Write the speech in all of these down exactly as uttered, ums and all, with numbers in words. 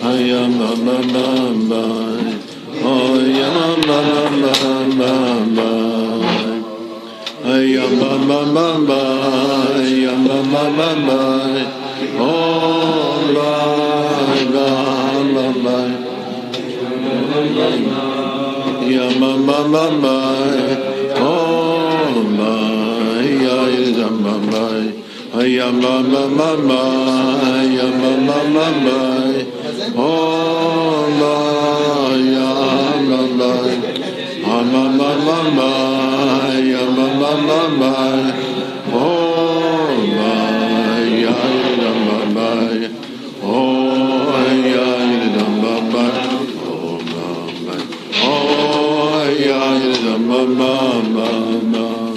Hayam bam bam bam bam. Oh yam bam bam bam bam bam. Hayam bam bam bam bam. Hayam bam bam bam bam. Oh bam bam bam bam. Yam bam bam bam bam. Oh bam yam bam bam. Hayam bam bam bam bam. Hayam bam bam bam bam. Oh bam yam bam bam. Bam bam bam bam bam. Yam bam bam bam bam. Oh bam yam bam bam. Oh yam bam bam. Oh bam bam. Oh yam bam bam bam.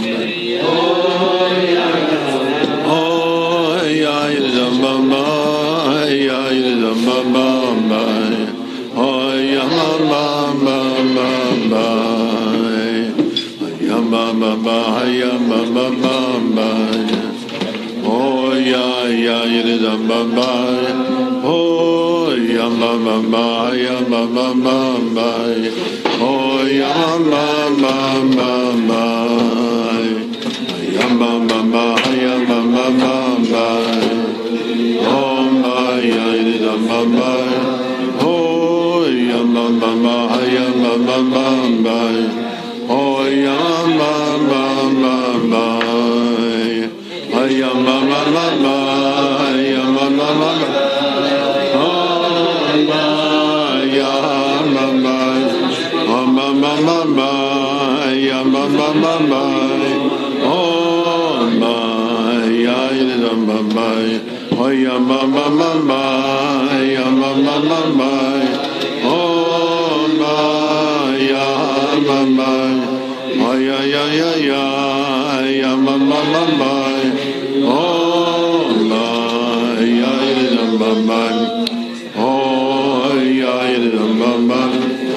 Oh yeah yeah yidam bam bam. Oh yam bam bam bam yam bam bam bam bam. Oh yam bam bam bam bam. Yam bam bam bam yam bam bam bam bam. Oh my yidam bam bam. Oh yam bam bam bam yam bam bam bam bam. Oh yam bam bam bam bam. Yam bam bam bam bam. Yam bam bam bam bam. Oh my yam bam bam. Bam bam bam bam bam. Yam bam bam bam bam. Oh my yam bam bam. Oh yam bam bam bam bam. Yam bam bam bam bam. Oh my yam bam bam. Oh yeah yeah yeah yeah. Yam bam bam bam bam. Oh my yam bam bam. Oh yeah yam bam bam.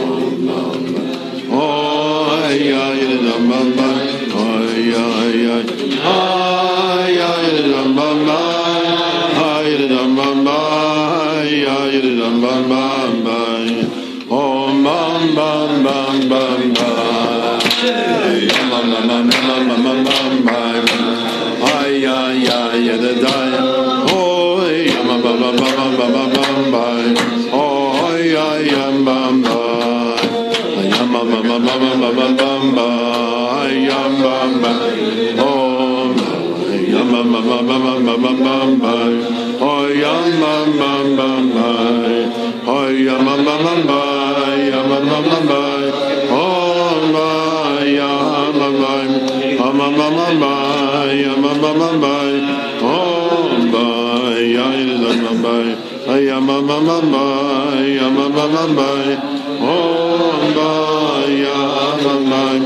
Oh yeah yam bam bam. Oh yeah yeah. Oh yeah yam bam bam. Oh yam bam bam. Yeah yam bam bam bam. Oh bam bam bam bam bam. Bam bam bam bam bam bam bam. Ay ay ay da da. Oh yam bam bam bam bam bam bam bam. Oh ay ay yam bam bam. Yam bam bam bam bam bam bam bam. Yam bam bam. Oh yam bam bam bam bam bam bam bam bam. Oh yam bam bam bam bam. Oh yam bam bam bam bam. Yam bam bam bam bam. Oh my yam bam bam. Bam bam bam bam bam. Yam bam bam bam bam. Oh my yam bam bam. Yam bam bam bam bam. Yam bam bam bam bam. Oh my yam bam bam.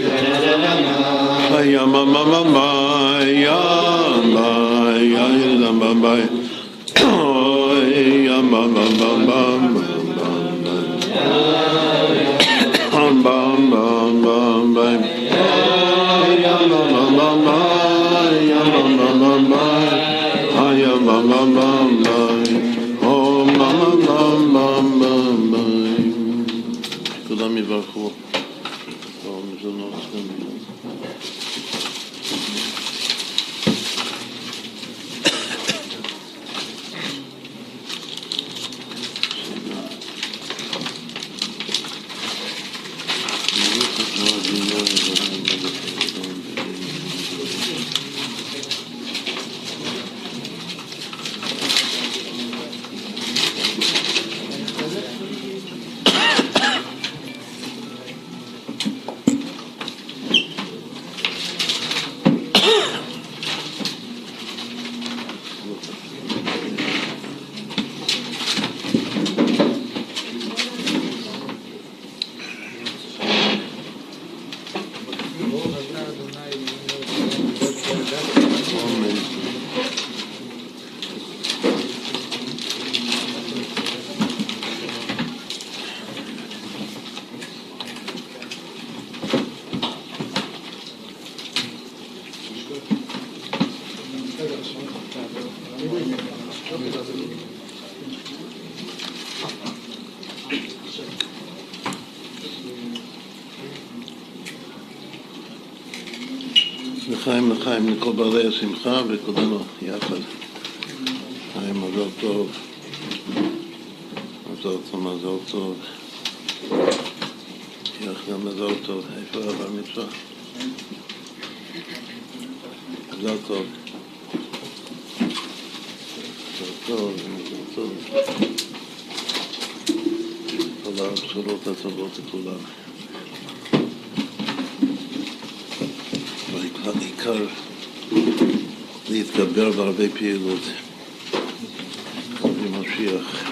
Yam bam bam bam bam. Yam bam yam bam bam. Oh yam bam bam bam bam. Bam bam bam bam bam. Yam bam bam bam bam. Yam bam bam bam bam. Yam bam bam bam bam. Oh bam bam bam bam bam. כולם יברכו. טוב, מזונות צריכים. לחיים לחיים לכל בעלי השמחה וכולנו יחד. חיים מזל טוב, מזל טוב, מזל טוב. יחד מזל טוב, איפה הבר מצווה? מזל טוב. מזל טוב, מזל טוב. כל הבשורות הטובות לכולם. העיקר להתגבר בהרבה פעילות במשיח.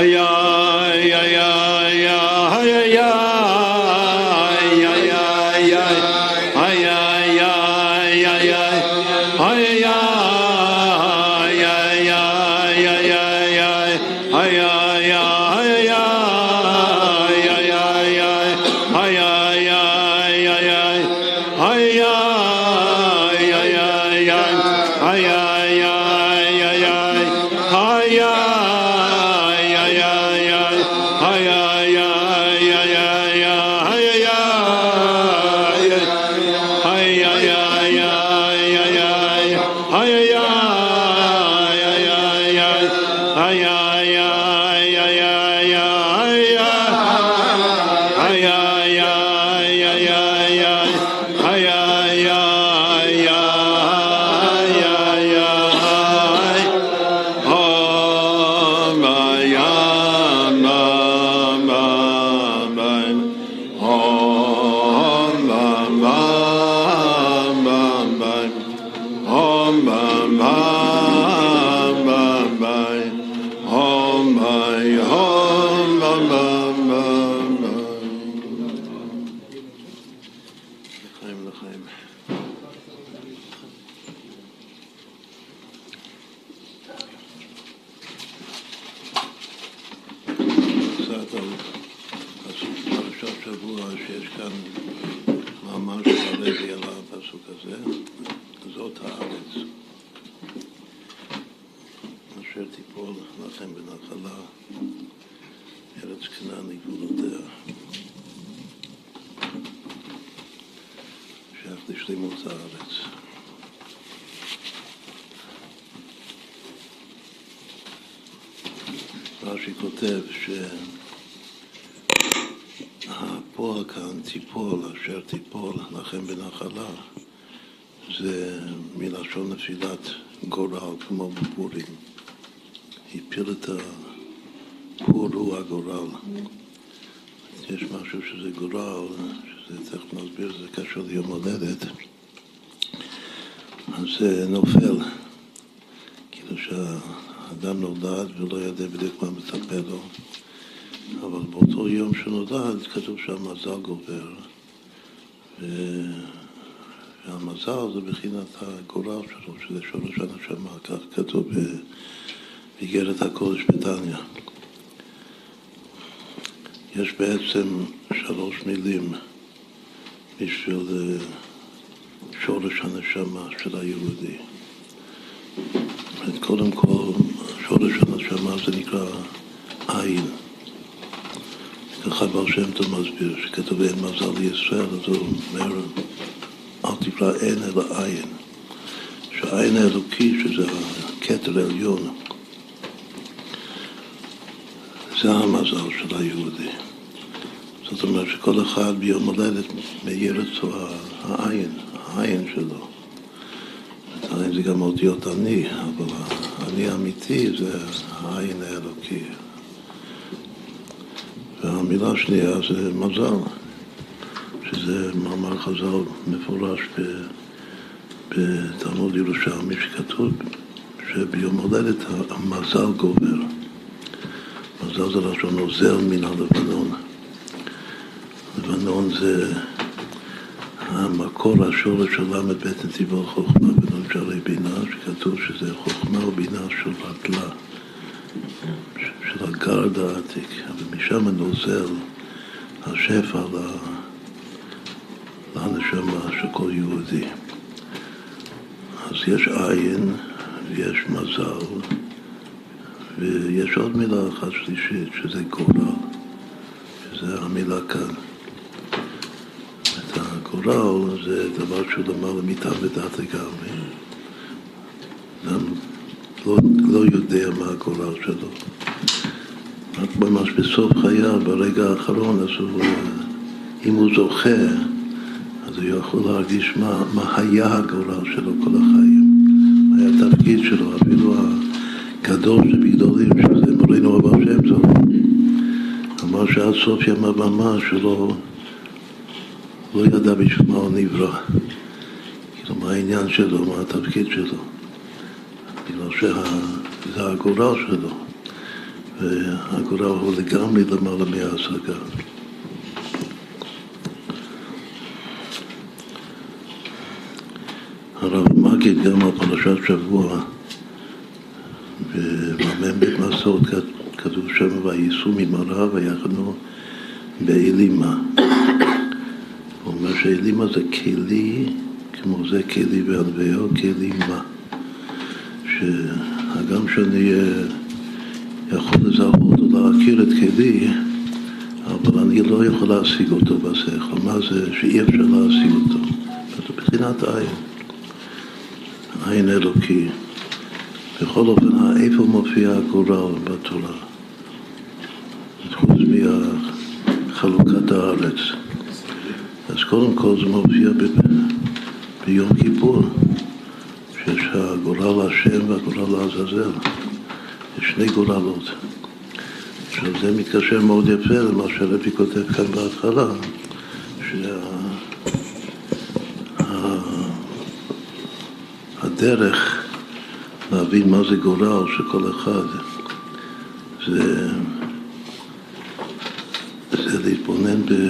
ay ay ay ay ay רש"י כותב שהפועל כאן, תיפול, אשר תיפול לכם בנחלה, זה מלשון נפילת גורל, כמו בפורים. הפיל את הפור הוא הגורל. יש משהו שזה גורל, שזה צריך להסביר, זה קשור ליום הולדת. אז זה נופל, כאילו שהאדם נולד ולא יודע בדיוק מה מצפה לו, אבל באותו יום שנולד כתוב שהמזל גובר, והמזל זה בחינת הגורל שלו, שזה שורש הנשמה, כך כתוב באיגרת הקודש בתניא. יש בעצם שלוש מילים בשביל שורש הנשמה של היהודי. קודם כל, שורש הנשמה זה נקרא עין. ככה בעל שם טוב מסביר, שכתוב אין מזל לישראל, אז הוא אומר, אל תקרא אין אלא עין. שהעין האלוקי, שזה הכתר העליון, זה המזל של היהודי. זאת אומרת שכל אחד ביום הולדת מאיר אצלו העין, העין שלו. העין זה גם אותיות אני, אבל אני האמיתי זה העין האלוקי. והמילה השנייה זה מזל, שזה מאמר חז"ל מפורש בתלמוד ירושלמי שכתוב שביום הולדת המזל גובר. מזל זה לשון נוזל מן הלבנון. לבנון זה המקור השורש של למד בית נתיבות חוכמה בנון שערי בינה, שכתוב שזה חוכמה ובינה של הדלה, של הגרד העתיק, ומשם נוזל השפע לנשמה של כל יהודי. אז יש עין ויש מזל, ויש עוד מילה אחת שלישית, שזה גורל, שזה המילה כאן. את הגורל זה דבר שהוא למעלה מיטה ודעת לגמרי. אדם לא, לא יודע מה הגורל שלו. רק ממש בסוף חייו, ברגע האחרון, אז הוא, אם הוא זוכה, אז הוא יכול להרגיש מה, מה היה הגורל שלו כל החיים. מה היה התפקיד שלו, אפילו הגדול שבגדולים, שזה מורינו רב שם טוב. אמר שעד סוף ימיו ממש שלא לא ידע בשביל מה הוא נברא. כאילו מה העניין שלו, מה התפקיד שלו. בגלל שזה הגורל שלו. והגורל הוא לגמרי למעלה מההשגה. הרב מגיד גם על פרשת שבוע, במ"ב מסעות כתוב שם, וייסעו ממראה ויחנו באלימה. הוא אומר שאלימה זה כלי, כמו זה כלי בענווהו, כלימה. שהגם שאני יכול לזהות או להכיר את כלי, אבל אני לא יכול להשיג אותו בשכל. מה זה שאי אפשר להשיג אותו? זה בחינת עין. עין אלוקי. בכל אופן, איפה מופיע הגורל בתורה? חוץ מחלוקת הארץ. אז קודם כל זה מופיע ב- ביום כיפור, שיש הגורל השם והגורל לעזאזל. יש שני גורלות. עכשיו זה מתקשר מאוד יפה למה שהרבי כותב כאן בהתחלה, שהדרך להבין מה זה גורל של כל אחד זה, זה להתבונן ב,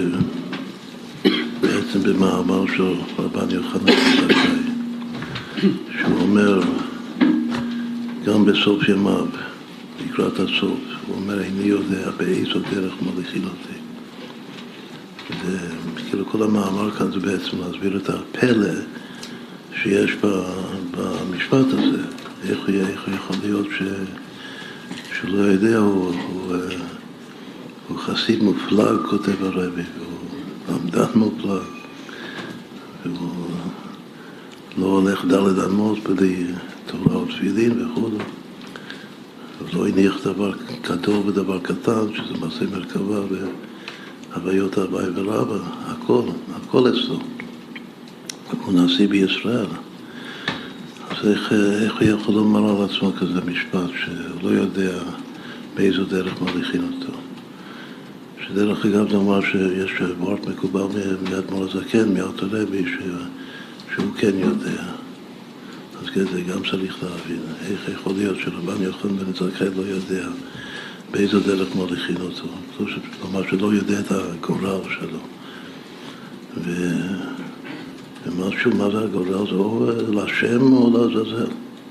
בעצם במאמר של רבן יוחנן בן זכאי, שהוא אומר גם בסוף ימיו, לקראת הסוף, הוא אומר, איני יודע באיזו דרך מוליכין אותי. זה, כאילו כל המאמר כאן זה בעצם להסביר את הפלא שיש במשפט הזה. איך הוא, איך הוא יכול להיות ש, שהוא לא יודע, הוא, הוא, הוא חסיד מופלג, כותב הרבי, הוא למדן מופלג, והוא לא הולך דלת אמות בלי תורה ותפילין וכו'. לא הניח דבר גדול ודבר קטן, שזה מעשה מרכבה והוויות הווי ורבא, הכל, הכל אצלו. הוא נשיא בישראל. אז איך, איך הוא יכול לומר על עצמו כזה משפט, שהוא לא יודע באיזו דרך מוליכין אותו? שדרך אגב זה אומר שיש וורט מקובל מאדמו"ר הזקן, מאותו רבי, שהוא כן יודע. אז כזה גם צריך להבין, איך יכול להיות שרבן יוחנן בן זכאי לא יודע באיזו דרך מוליכין אותו. זאת אומרת שלא יודע את הגורל שלו. ו... ומשהו, מה זה הגורל? זה או לשם או לעזאזל.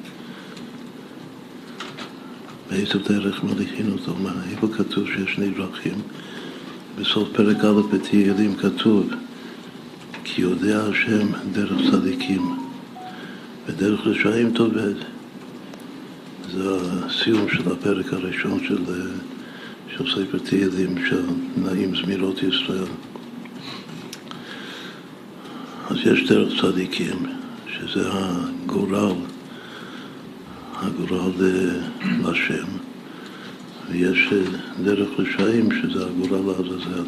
באיזו דרך מוליכין אותו. מה, איפה כתוב שיש שני דרכים? בסוף פרק א' בתהילים כתוב, כי יודע השם דרך צדיקים. ודרך רשעים תאבד. זה הסיום של הפרק הראשון של, של ספר תהילים, של נעים זמירות ישראל. אז יש דרך צדיקים, שזה הגורל, הגורל לשם. ויש דרך רשעים, שזה הגורל לעזאזל.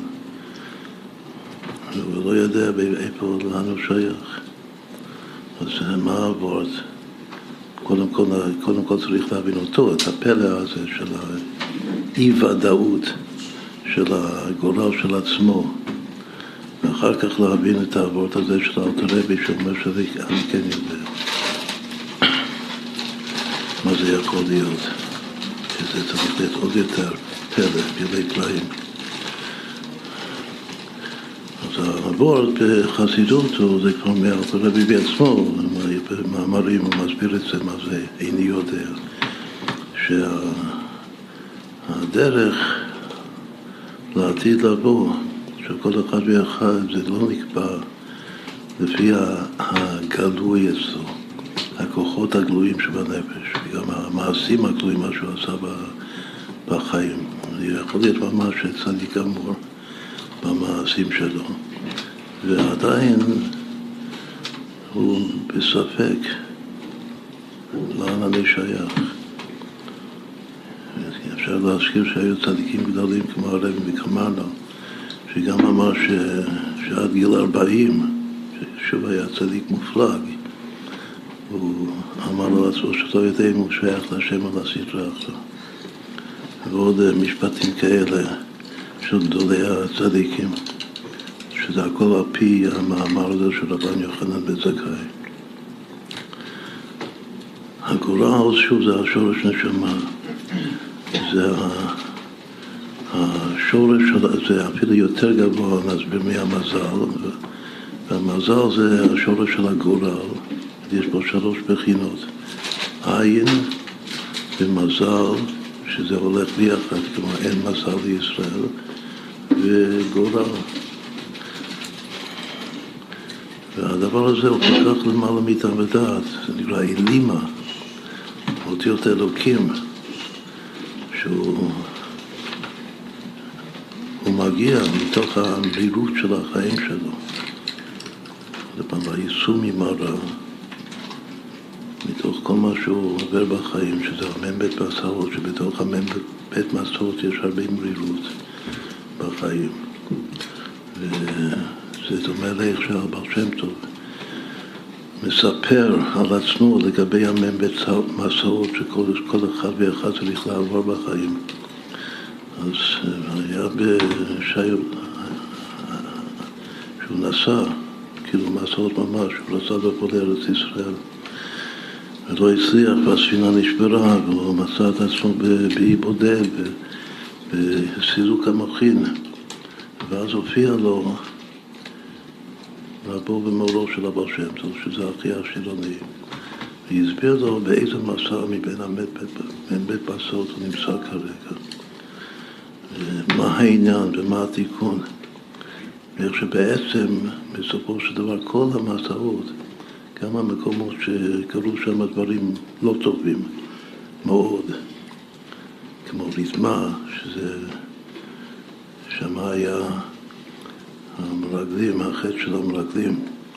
הוא לא יודע איפה לנו שייך. אז מה העבוד? קודם כל, קודם כל צריך להבין אותו, את הפלא הזה של האי-ודאות של הגורל של עצמו, ואחר כך להבין את העבוד הזה של אלתר רבי שאומר שאני כן יודע מה זה יכול להיות, שזה צריך להיות עוד יותר פלא, פלאי פלאים. אז העבוד בחסידות זה כבר מאלתר רבי בעצמו, במאמרים הוא מסביר את זה, מה זה איני יודע, שהדרך לעתיד לבוא של כל אחד ואחד זה לא נקבע לפי הגלוי אצלו, הכוחות הגלויים שבנפש, וגם המעשים הגלויים, מה שהוא עשה בחיים. זה יכול להיות ממש צדיק גמור במעשים שלו, ועדיין הוא בספק לאן אני שייך. אפשר להזכיר שהיו צדיקים גדולים כמו הרב מקמאנה, שגם אמר ש... שעד גיל ארבעים, ששוב היה צדיק מופלג, הוא אמר לו לעצמו שלא יודע אם הוא שייך להשם על הסדרה אחת. ועוד משפטים כאלה של גדולי הצדיקים, שזה הכל על פי המאמר הזה של רבן יוחנן בן זכאי. הגורל, שוב, זה השורש נשמה, זה השורש זה אפילו יותר גבוה, נסביר מהמזל, והמזל זה השורש של הגורל, יש בו שלוש בחינות, עין ומזל, שזה הולך ביחד, כמו אין מזל לישראל, וגורל. והדבר הזה הוא כל כך למעלה מאיתם ודעת, זה נקרא אילימה, אותיות אלוקים, שהוא הוא מגיע מתוך המרירות של החיים שלו. לפעמים היישום ממראה, מתוך כל מה שהוא עובר בחיים, שזה המם בית מסעות, שבתוך המם בית מסעות יש הרבה מרירות בחיים. וזה דומה לאיך שהבעל שם טוב מספר על עצמו לגבי המם בית מסעות, שכל אחד ואחד צריך לעבור בחיים. אז היה בשיר שהוא נסע, כאילו מסעות ממש, הוא רצה לבוא לארץ ישראל. ולא הצליח, והספינה נשברה, והוא מצא את עצמו באי בודד, בסיזוק המוחין. ואז הופיע לו רבו ומורו של הבעל שם טוב, שזה אחי השילוני. והסביר לו באיזה מסע מבין בית מסעות הוא נמצא כרגע. מה העניין ומה התיקון. ואיך שבעצם, בסופו של דבר, כל המסעות, גם המקומות שקרו שם דברים לא טובים מאוד, כמו ריתמה, שזה שם היה המרגלים, החטא של המרגלים,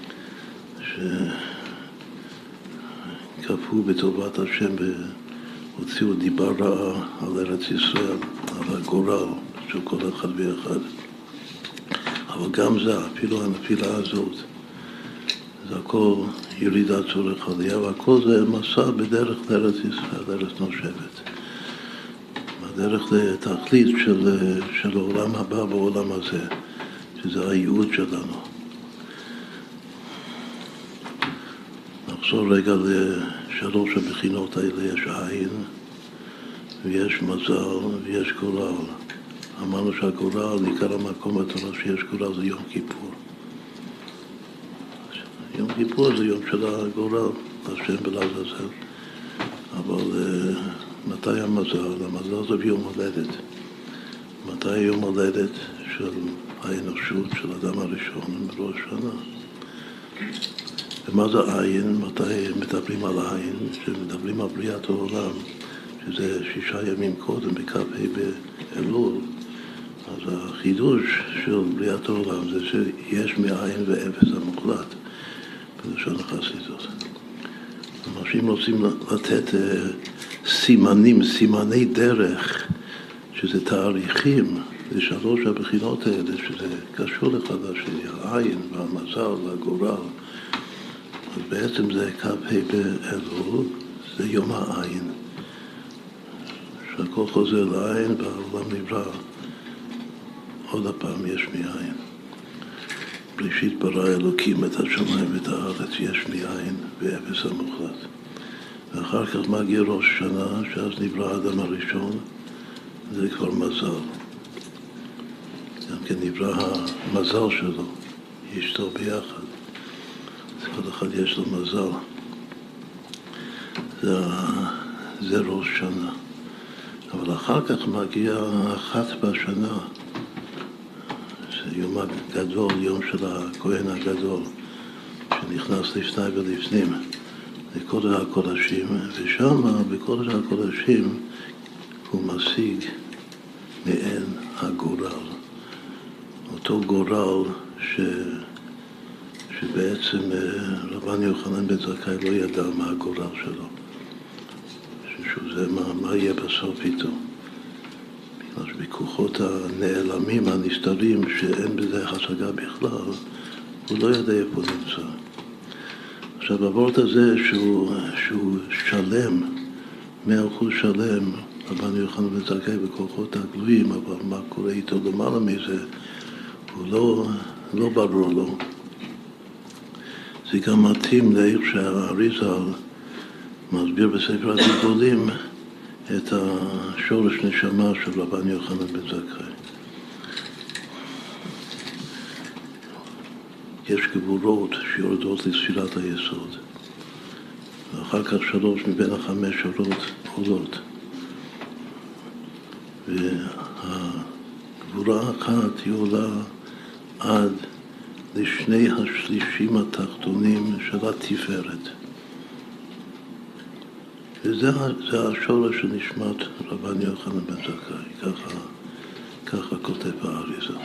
שכפו בטובת השם והוציאו דיבה רעה על ארץ ישראל, על הגורל של כל אחד ואחד. אבל גם זה, אפילו הנפילה הזאת, זה הכל ירידת צורך עלייה, והכל זה מסע בדרך לארץ ישראל, ארץ נושבת. בדרך לתכלית של, של העולם הבא בעולם הזה, שזה הייעוד שלנו. נחזור רגע לשלוש הבחינות האלה, יש עין, ויש מזל, ויש גורל. אמרנו שהגורל, עיקר המקום בתורה שיש גורל זה יום כיפור. יום כיפור זה יום של הגורל, השם בלעזאזל. אבל uh, מתי המזל? המזל זה ביום הולדת. מתי יום הולדת של האנושות, של האדם הראשון, בראש שנה? ומה זה עין? מתי מדברים על עין? שמדברים על בריאת העולם, שזה שישה ימים קודם, בכ"ה באלול. אז החידוש של בריאת העולם זה שיש מאין ואפס המוחלט. בלשון החסידות. אנשים רוצים לתת סימנים, סימני דרך, שזה תאריכים לשלוש הבחינות האלה, שזה קשור אחד לשני, העין והמזל והגורל. אז בעצם זה כ"ה באלול, זה יום העין. שהכל חוזר לעין והעולם נברא. עוד הפעם יש מאין. בראשית ברא אלוקים את השמיים ואת הארץ, יש מאין ואפס המוחלט. ואחר כך מגיע ראש שנה, שאז נברא האדם הראשון, זה כבר מזל. גם כן נברא המזל שלו, אשתו ביחד. אז כל אחד יש לו מזל. זה, זה ראש שנה. אבל אחר כך מגיע אחת בשנה, יום הגדול, יום של הכהן הגדול, שנכנס לפני ולפנים, לקודש הקודשים, ושם, בקודש הקודשים, הוא משיג מעין הגורל. אותו גורל ש... שבעצם רבן יוחנן בן זכאי לא ידע מה הגורל שלו. שזה מה, מה יהיה בסוף איתו. בכוחות הנעלמים, הנסתרים, שאין בזה השגה בכלל, הוא לא יודע איפה נמצא. עכשיו, בוורט הזה שהוא, שהוא שלם, מאה אחוז שלם, רבן יוחנן בן זכאי בכוחות הגלויים, אבל מה קורה איתו למעלה מזה, הוא לא, לא ברור לו. זה גם מתאים לאיך שהאריז"ל מסביר בספר הדיבולים, את השורש נשמה של רבן יוחנן בן זכאי. יש גבורות שיורדות לספירת היסוד, ואחר כך שלוש מבין החמש שורות עולות. והגבורה אחת היא עולה עד לשני השלישים התחתונים של התפארת. וזה השורש של נשמת רבן יוחנן בן זכאי, ככה, ככה כותב האריזה.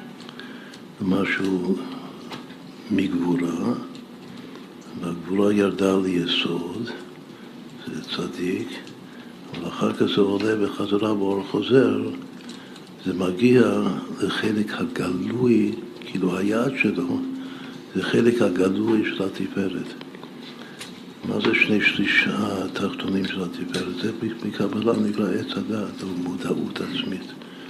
משהו מגבורה, והגבורה ירדה ליסוד, זה צדיק, אבל אחר כך זה עולה בחזרה באור חוזר, זה מגיע לחלק הגלוי, כאילו היעד שלו, זה חלק הגלוי של התפארת. מה זה שני שליש התחתונים של התפארת? זה בקבלה נקרא עץ הדעת, או מודעות עצמית.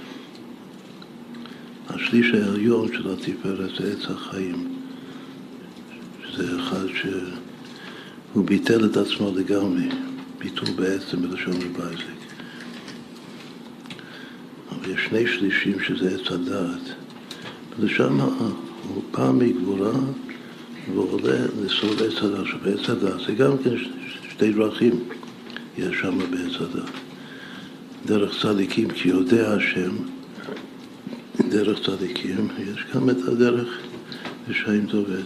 השליש העליון של התפארת זה עץ החיים. זה אחד שהוא ביטל את עצמו לגמרי, ביטול בעצם בלשון רבייזיק. אבל יש שני שלישים שזה עץ הדעת. ולשם הוא פעם מגבורה ועולה לסוד עץ הדעת. שבעץ הדעת זה גם כן שתי דרכים יש שם בעץ הדעת. דרך צדיקים, כי יודע השם, דרך צדיקים, יש גם את הדרך ושעים עובד.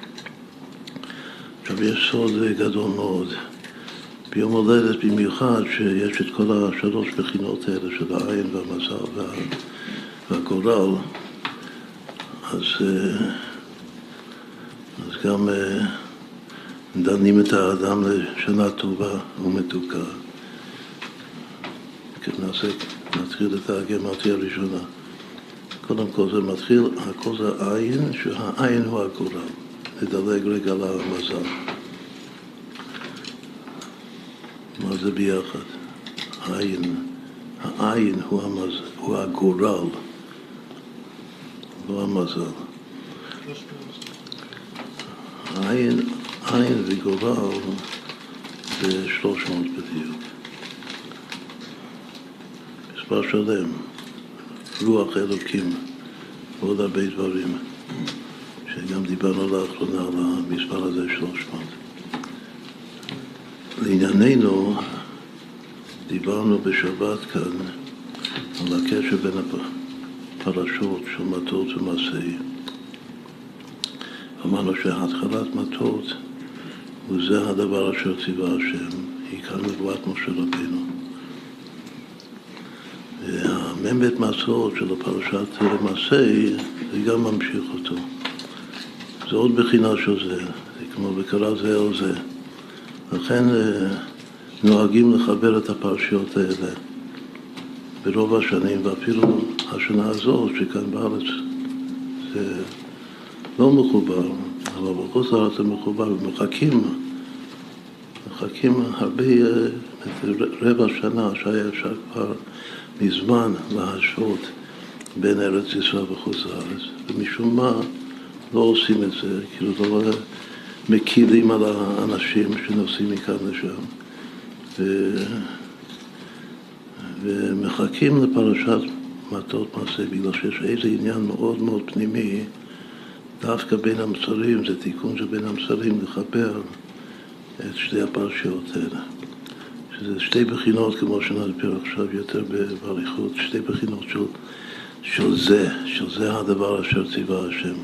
עכשיו יש סוד גדול מאוד. ביום הולדת במיוחד שיש את כל השלוש בחינות האלה של העין והמזל וה... והגורל, אז, אז גם דנים את האדם לשנה טובה ומתוקה. נעשה, נתחיל את הגמרתיה הראשונה. קודם כל זה מתחיל, הכל זה עין, שהעין הוא הגורל. נדלג רגע למזל. מה זה ביחד? העין. העין הוא, המז... הוא הגורל, לא המזל. העין, עין וגורל זה שלוש מאות בדיוק. מספר שלם. רוח אלוקים, ועוד הרבה דברים. שגם דיברנו לאחרונה על המספר הזה שלוש מאות. לענייננו, דיברנו בשבת כאן על הקשר בין הפרשות של מטות ומעשי. אמרנו שהתחלת מטות הוא זה הדבר אשר ציווה השם, היא כאן נבואת משה רבינו. והמ"ט מעשות של הפרשת מעשי זה גם ממשיך אותו. זה עוד בחינה של זה, זה כמו בקרא זה או זה. לכן נוהגים לחבר את הפרשיות האלה ברוב השנים, ואפילו השנה הזאת שכאן בארץ זה לא מחובר, אבל בחוץ לארץ זה מחובר, ומחכים, מחכים הרבה, רבע שנה שהיה אפשר כבר מזמן להשוות בין ארץ ישראל וחוץ לארץ, ומשום מה לא עושים את זה, כאילו לא מקילים על האנשים שנוסעים מכאן לשם. ו... ומחכים לפרשת מטות מעשה, בגלל שיש איזה עניין מאוד מאוד פנימי, דווקא בין המצרים, זה תיקון של בין המצרים לחבר את שתי הפרשיות האלה. שזה שתי בחינות, כמו שנסביר עכשיו יותר באריכות, שתי בחינות של, של זה, של זה הדבר אשר ציווה השם.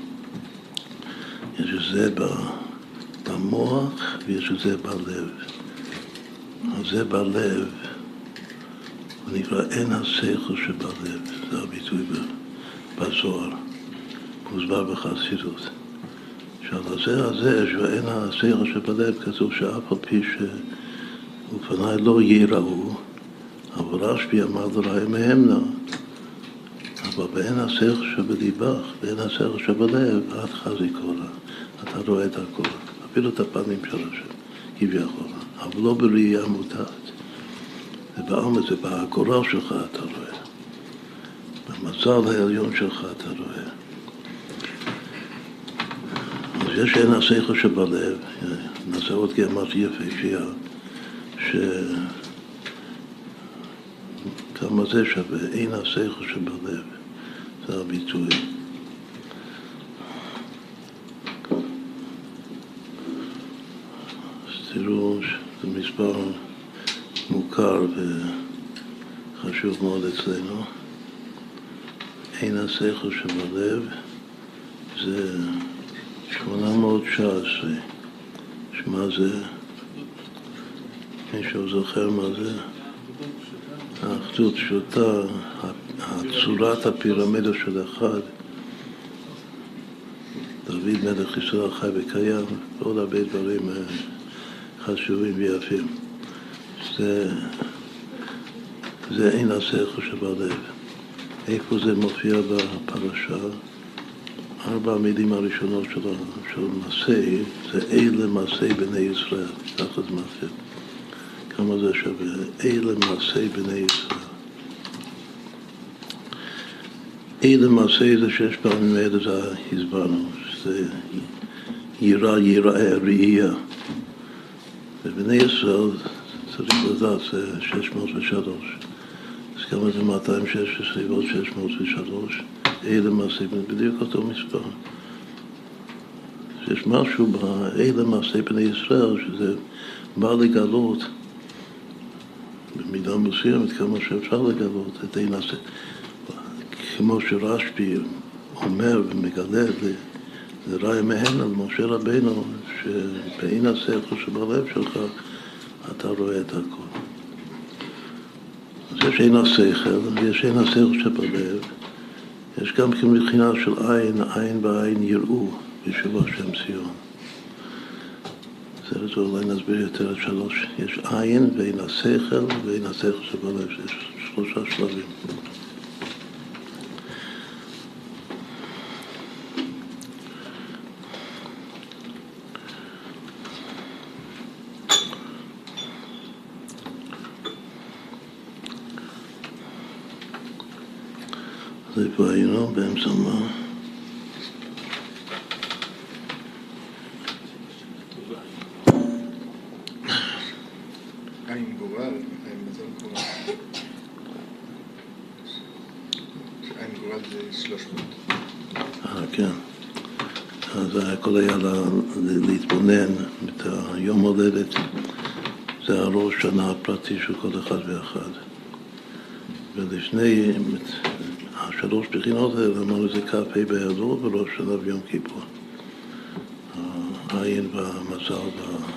יש את זה במוח ויש את זה בלב. אז זה בלב, הוא נקרא אין השכל שבלב, זה הביטוי בזוהר, מוסבר בחסידות. שעל הזה הזה, שאין השכל שבלב, כתוב שאף על פי שאופניי לא ייראו, אבל רשב"י אמר לרעי מהמנה, אבל באין השכל שבליבך, באין השכל שבלב, את חזי קולה, אתה רואה את הכל, אפילו את הפנים של השם, כביכול, אבל לא בראייה מודעת. זה בעלמא, זה בהגורל שלך אתה רואה, במצב העליון שלך אתה רואה. אז יש אין השכל שבלב, נעשה עוד גמרא יפהפייה, ש... כמה זה שווה, אין השכל שבלב, זה הביטוי. אז תראו שזה מספר מוכר וחשוב מאוד אצלנו. אין השכל שבלב זה שמונה מאות תשע עשרה. שמה זה? מישהו זוכר מה זה? האחדות פשוטה, צורת הפירמידה של אחד. דוד מלך ישראל חי וקיים, ועוד הרבה דברים חשובים ויפים. זה, זה אין השכל שבלב. איפה זה מופיע בפרשה? ארבע המילים הראשונות של, של מסי, זה אלה מסי בני ישראל. ככה זה מופיע. כמה זה שווה? אלה מסי בני ישראל. אלה מסי זה שש פעמים אלה זה הסברנו. זה יראה, יראה, ראייה. ובני ישראל צריך לדעת, זה שש מאות ושלוש. אז כמה זה מאתיים שש עשרה ועוד שש מאות ושלוש? אלה מעשי, בדיוק אותו מספר. יש משהו באלה מעשי בני ישראל, שזה בא לגלות, במידה מסוימת, כמה שאפשר לגלות, את אין עשי. כמו שרשב"י אומר ומגלה, זה ראיה מהן על משה רבינו, שבאין השכל שבלב שלך, אתה רואה את הכל. אז יש אין השכל, ויש אין השכל שבלב. יש גם מבחינה של עין, עין בעין יראו, בשביל השם ציון. זה רצו אולי נסביר יותר את שלוש. יש עין ואין השכל ואין השכל שבלב, יש שלושה שלבים. זה פה היינו באמצע מה? עין גורל, עין מזל גורל. עין גורל זה שלוש מאות. אה, כן. אז הכל היה להתבונן את היום הולדת. זה הראש שנה הפרטי של כל אחד ואחד. ולפני השלוש בחינות האלה, אמרנו זה כ"ה באלול וראש שנה ביום כיפור. העין והמזל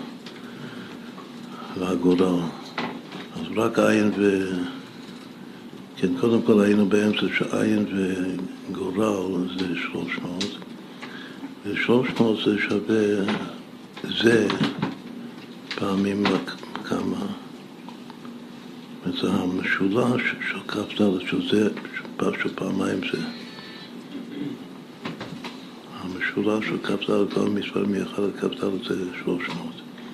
והגורל. אז רק עין ו... כן, קודם כל היינו באמצע שעין וגורל זה שלוש מאות. ושלוש מאות זה שווה זה פעמים כמה. זה המשולש של כ"ד, שזה פעמיים זה. המשולש של כ"ד, כל מספר מאחד עד כ"ד זה שלוש מאות.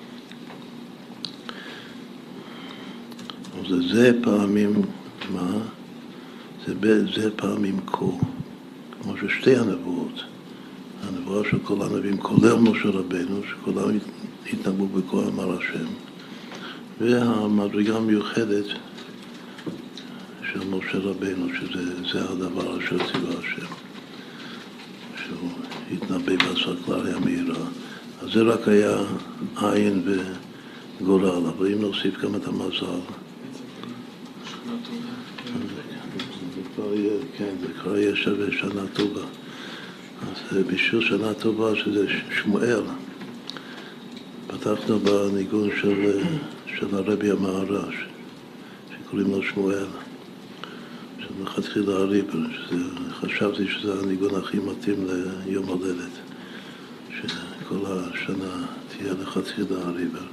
אז זה פעמים, מה? זה, זה פעמים כה. כמו ששתי הנבואות. הנבואה של כל הנביאים, כולל משה רבינו, שכולם התנבאו בכה אמר השם. והמדרגה המיוחדת של משה רבינו, שזה הדבר אשר ציווה השם, שהוא התנבא בסקלריה מהירה. אז זה רק היה עין וגורל, אבל אם נוסיף גם את המזל, זה כבר יהיה, כן, זה כבר יהיה שווה שנה טובה. אז בשביל שנה טובה שזה שמואל, פתחנו בניגון של, של הרבי המהר"ש, שקוראים לו שמואל, שמלכתחילה הריבר, חשבתי שזה הניגון הכי מתאים ליום הולדת, שכל השנה תהיה לכתחילה הריבר.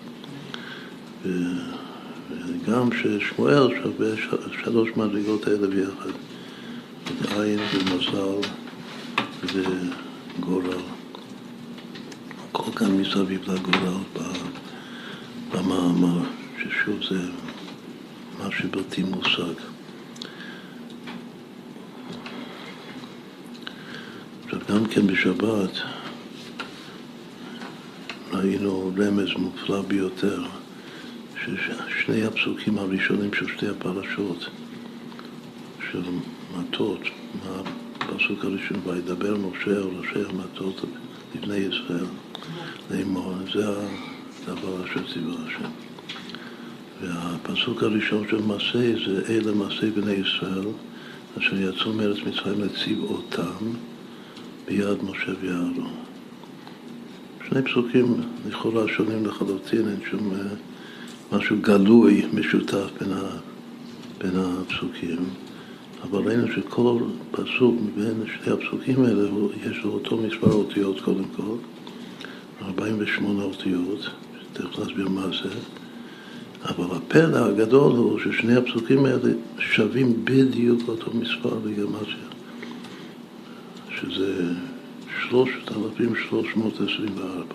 וגם ששמואל שווה שלוש מדרגות האלה ביחד, עין ומזל וגורל. כל כאן מסביב לגורל במאמר, ששוב זה משהו בלתי מושג. עכשיו גם כן בשבת ראינו רמז מופלא ביותר, ששני הפסוקים הראשונים של שתי הפרשות של מטות, מהפסוק הראשון, וידבר משה על ראשי המטות לבני ישראל, לאמור, זה הדבר אשר ציווה השם. והפסוק הראשון של מעשה זה אלה מעשה בני ישראל, אשר יצאו מארץ מצרים לצבאותם ביד משה ואהרון. שני פסוקים לכאורה שונים לחלוטין, אין שום משהו גלוי משותף בין, ה, בין הפסוקים, אבל ראינו שכל פסוק מבין שני הפסוקים האלה יש לו אותו מספר אותיות קודם כל, ארבעים ושמונה אותיות, שתכף להסביר מה זה, אבל הפלא הגדול הוא ששני הפסוקים האלה שווים בדיוק אותו מספר בגימטריה, שזה שלושת אלפים שלוש מאות עשרים וארבע.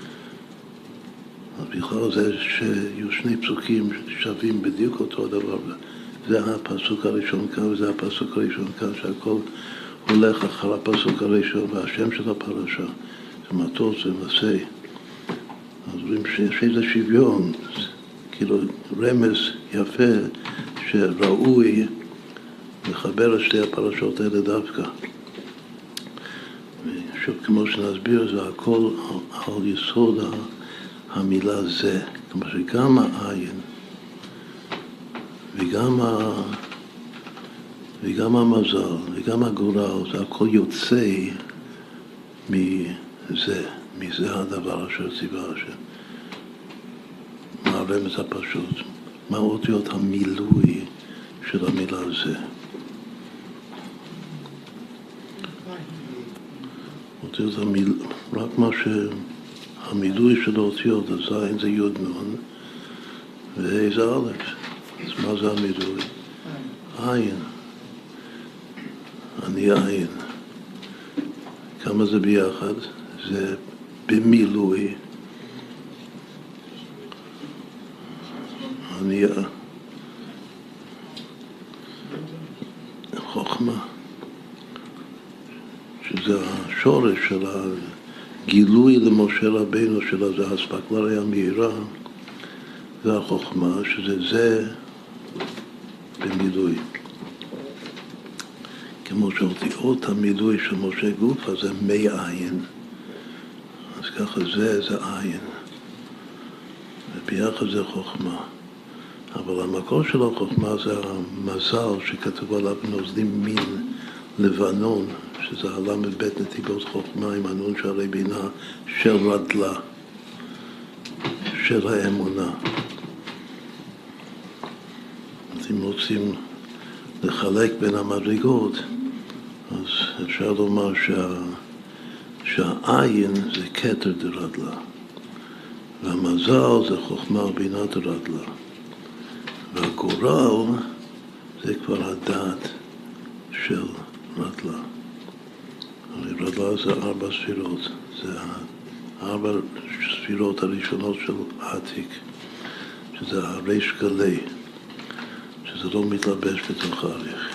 אז בכלל זה שיהיו שני פסוקים שווים בדיוק אותו הדבר, זה הפסוק הראשון כאן וזה הפסוק הראשון כאן, שהכל הולך אחר הפסוק הראשון, והשם של הפרשה זה מטות, זה מסע. אז רואים שיש איזה שוויון, כאילו רמז יפה שראוי לחבר את שתי הפרשות האלה דווקא. שוב, כמו שנסביר, זה הכל על יסוד המילה זה. כמו שגם העין וגם, ה... וגם המזל וגם הגורל, זה הכל יוצא מזה, מזה הדבר אשר ציווה השם. מה הרמז הפשוט? מה אותיות המילוי של המילה זה? אותיות המילוי, רק מה שהמילוי של האותיות, הזין זה יוד נון, וה' זה א'. אז מה זה המילוי? עין. אני עין. כמה זה ביחד? זה במילוי. אני חוכמה, שזה השורש של הגילוי למשה רבינו של זה האספקלריה המהירה, זה החוכמה, שזה זה במילוי. כמו שאותיות המילוי של משה גופה זה מי עין, אז ככה זה זה עין, וביחד זה חוכמה. אבל המקור של החוכמה זה המזל שכתוב עליו נוזלים מין לבנון, שזה הלמד בית נתיבות חוכמה עם הנון שערי בינה של רדלה, של האמונה. אז אם רוצים לחלק בין המדרגות, אז אפשר לומר שה, שהעין זה כתר דרדלה, והמזל זה חוכמה ובינה דרדלה. והגורל זה כבר הדעת של רדלה. רדלה זה ארבע ספירות, זה ארבע ספירות הראשונות של העתיק, שזה הריש גלי, שזה לא מתלבש בתוך האריך.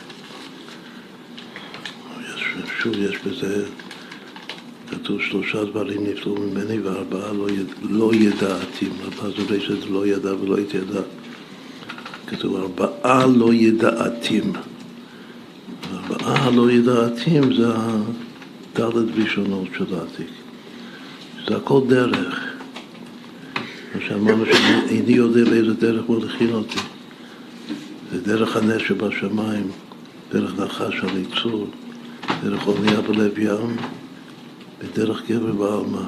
שוב יש בזה, כתוב שלושה דברים נפלאו ממני וארבעה לא, יד, לא ידעתים, ארבעה זה ריש זה לא ידע ולא התיידע. כתוב ארבעה לא ידעתים. ארבעה לא ידעתים זה הדלת ראשונות של העתיק. זה הכל דרך. מה שאמרנו שאיני יודע באיזה דרך מוליכין אותי. זה דרך הנס שבשמיים, דרך נחש על יצור, דרך אונייה בלב ים, ודרך גבר בעלמה.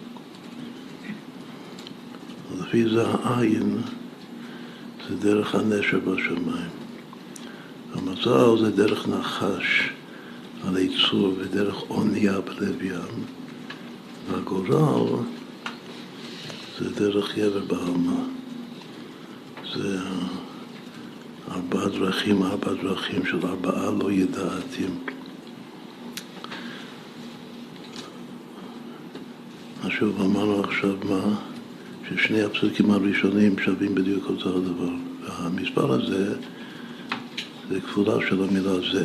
לפי זה העין, זה דרך הנשר בשמיים. המזל זה דרך נחש על היצור ודרך אונייה בלב ים. והגורל זה דרך גבר בעלמה. זה ארבע דרכים, ארבע דרכים של ארבעה לא ידעתים. שוב אמרנו עכשיו מה? ששני הפסוקים הראשונים שווים בדיוק אותו הדבר. והמספר הזה זה כפולה של המילה זה.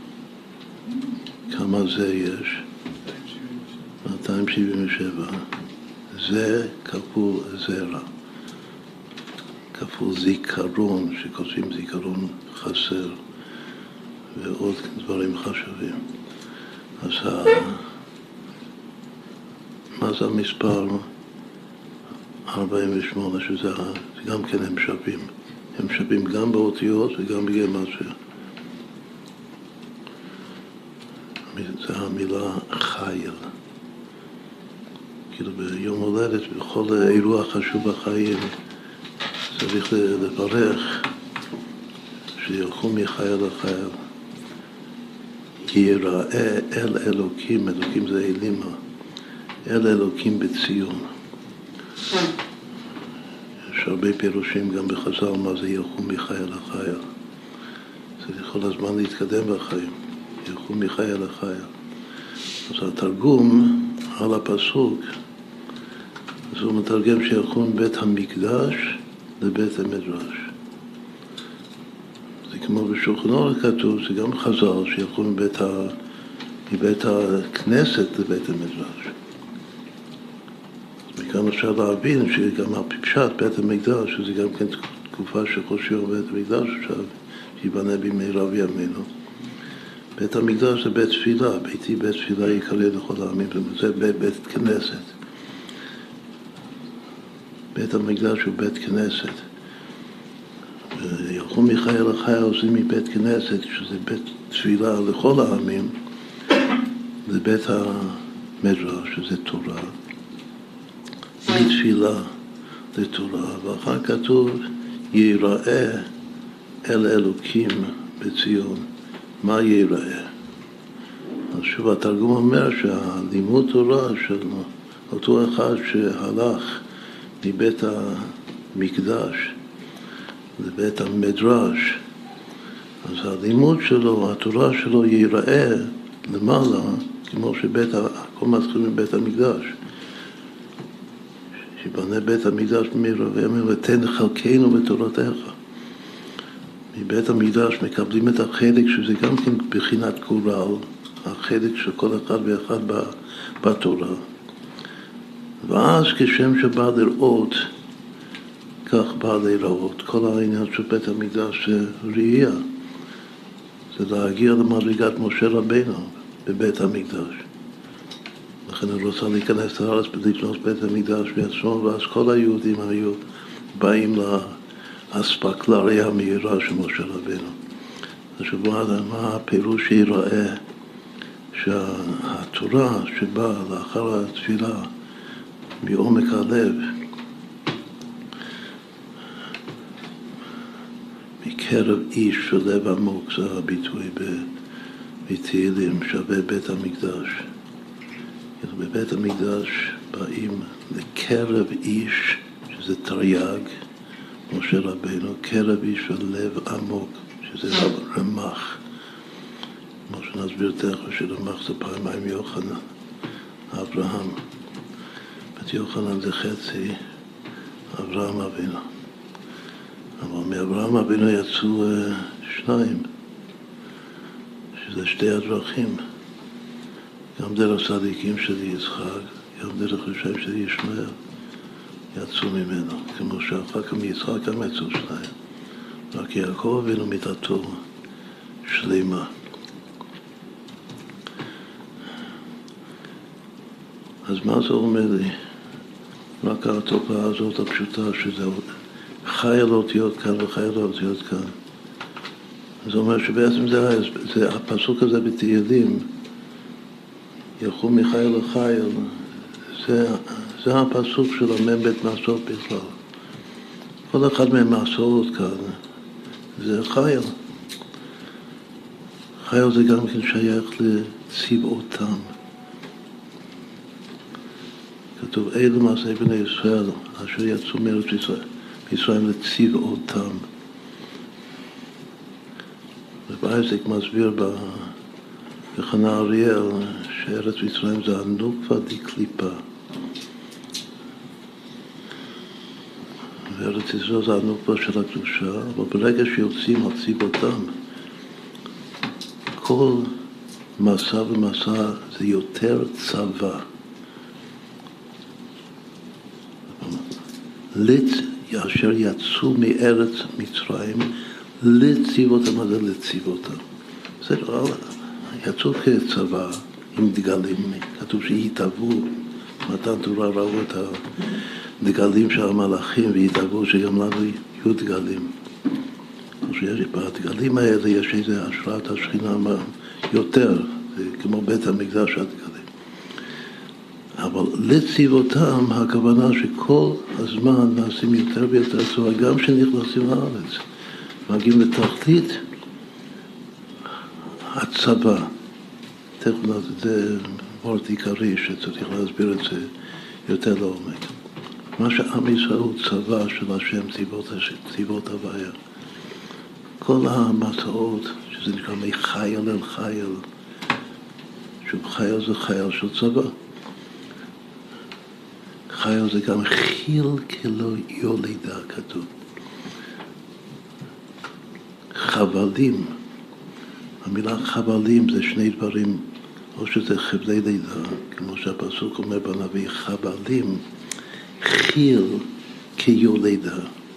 כמה זה יש? מאתיים שבעים ושבע. זה כפול זרע. כפול זיכרון, שכותבים זיכרון חסר. ועוד דברים חשובים. אז ה... מה זה המספר ארבעים ושמונה, שזה גם כן הם שווים. הם שווים גם באותיות וגם בגימטריה. זה המילה חייל. כאילו ביום הולדת, בכל אירוע חשוב בחיים, צריך לברך שילכו מחייל לחייל. יראה אל אלוקים, אלוקים זה אלימה, אל אלוקים בציון. יש הרבה פירושים גם בחז"ל מה זה ילכו מחייל לחייל. צריך כל הזמן להתקדם בחיים, ילכו מחייל לחייל. אז התרגום על הפסוק, אז הוא מתרגם שילכו מבית המקדש לבית המדרש. זה כמו בשולחן אורוך כתוב, זה גם חז"ל שילכו מבית, ה... מבית הכנסת לבית המדרש. אז מכאן אפשר להבין שגם הפשט בית המקדש, שזה גם כן תקופה שחושבים בית המקדש עכשיו, שיבנה במהרה בימינו. בית המקדש זה בית תפילה, ביתי בית תפילה יקרא לכל העמים, זה בית, בית כנסת. בית המקדש הוא בית כנסת. וילכו מחייל לחייל עושים מבית כנסת, שזה בית תפילה לכל העמים, זה בית המדרש, שזה תורה. מתפילה לתורה, ואחר כתוב ייראה אל אלוקים בציון. מה ייראה? אז שוב, התרגום אומר שהלימוד תורה של אותו אחד שהלך מבית המקדש לבית המדרש, אז הלימוד שלו, התורה שלו ייראה למעלה, כמו שבית, הכל מתחיל מבית המקדש. שיבנה בית המקדש במהרה בימינו ותן חלקנו בתורתך. מבית המקדש מקבלים את החלק שזה גם כן בחינת קורל, החלק של כל אחד ואחד בתורה. ואז כשם שבא לראות, כך בא לראות. כל העניין של בית המקדש זה ראייה. זה להגיע למדרגת משה רבינו בבית המקדש. לכן הוא רוצה להיכנס לארץ ולבנות בית המקדש בעצמו, ואז כל היהודים היו באים לאספקלריה המהירה של משה רבינו. השבוע מה הפירוש שיראה שהתורה שבאה לאחר התפילה מעומק הלב, מקרב איש של לב עמוק, זה הביטוי בתהילים, שווה בית המקדש. בבית המקדש באים לקרב איש, שזה תרי"ג, משה רבינו, קרב איש של לב עמוק, שזה רמ"ח. כמו שנסביר תכף שרמ"ח זה פעמיים יוחנן, אברהם. בית יוחנן זה חצי אברהם אבינו. אבל מאברהם אבינו יצאו שניים, שזה שתי הדרכים. גם דרך צדיקים של יצחק, גם דרך רשעים של ישמעאל, יצאו ממנו. כמו שאחר כך מיצחק גם יצאו שניים. רק יעקב אבינו מיתתו שלמה. אז מה זה אומר לי? רק התופעה הזאת הפשוטה, שזה חי על אותיות כאן וחי על אותיות כאן. זה אומר שבעצם זה, זה הפסוק הזה בתהילים, ילכו מחייל לחייל, זה, זה הפסוק של המ"ם בית מסעות בכלל. כל אחד מהמסעות כאן זה חייל. חייל זה גם כן שייך לצבאותם. כתוב, אלו מעשי בני ישראל, אשר יצאו מארץ ישראל, מישראל לצבאותם. ובאייזק מסביר בחנה אריאל, שארץ מצרים זה הנוקבה דקליפה. וארץ ישראל זה הנוקבה של הקדושה, אבל ברגע שיוצאים על צבאותם, כל מסע ומסע זה יותר צבא. לצ... אשר יצאו מארץ מצרים לצבאותם, מה זה לצבאותם? זה לא, יצאו כצבא עם דגלים, כתוב שהתאבו, מתן תורה ראו את הדגלים של המלאכים והתאבו שגם לנו יהיו דגלים. בדגלים האלה יש איזו השראת השכינה יותר, זה כמו בית המקדש הדגלים. אבל לצבאותם הכוונה שכל הזמן נעשים יותר ויותר צבא, גם כשנכנסים לארץ, מגיעים לתחתית הצבא. תכף זה וורט עיקרי שצריך להסביר את זה יותר לעומק. מה שעם ישראל הוא צבא של השם, צבאות, צבאות הוויה. כל המסעות, שזה נקרא מחייל אל חייל, שוב חייל זה חייל של צבא. חייל זה גם חיל כלא יולידה כתוב. חבלים, המילה חבלים זה שני דברים, או שזה חבלי לידה, כמו שהפסוק אומר בנביא, חבלים, חיל כיולידה.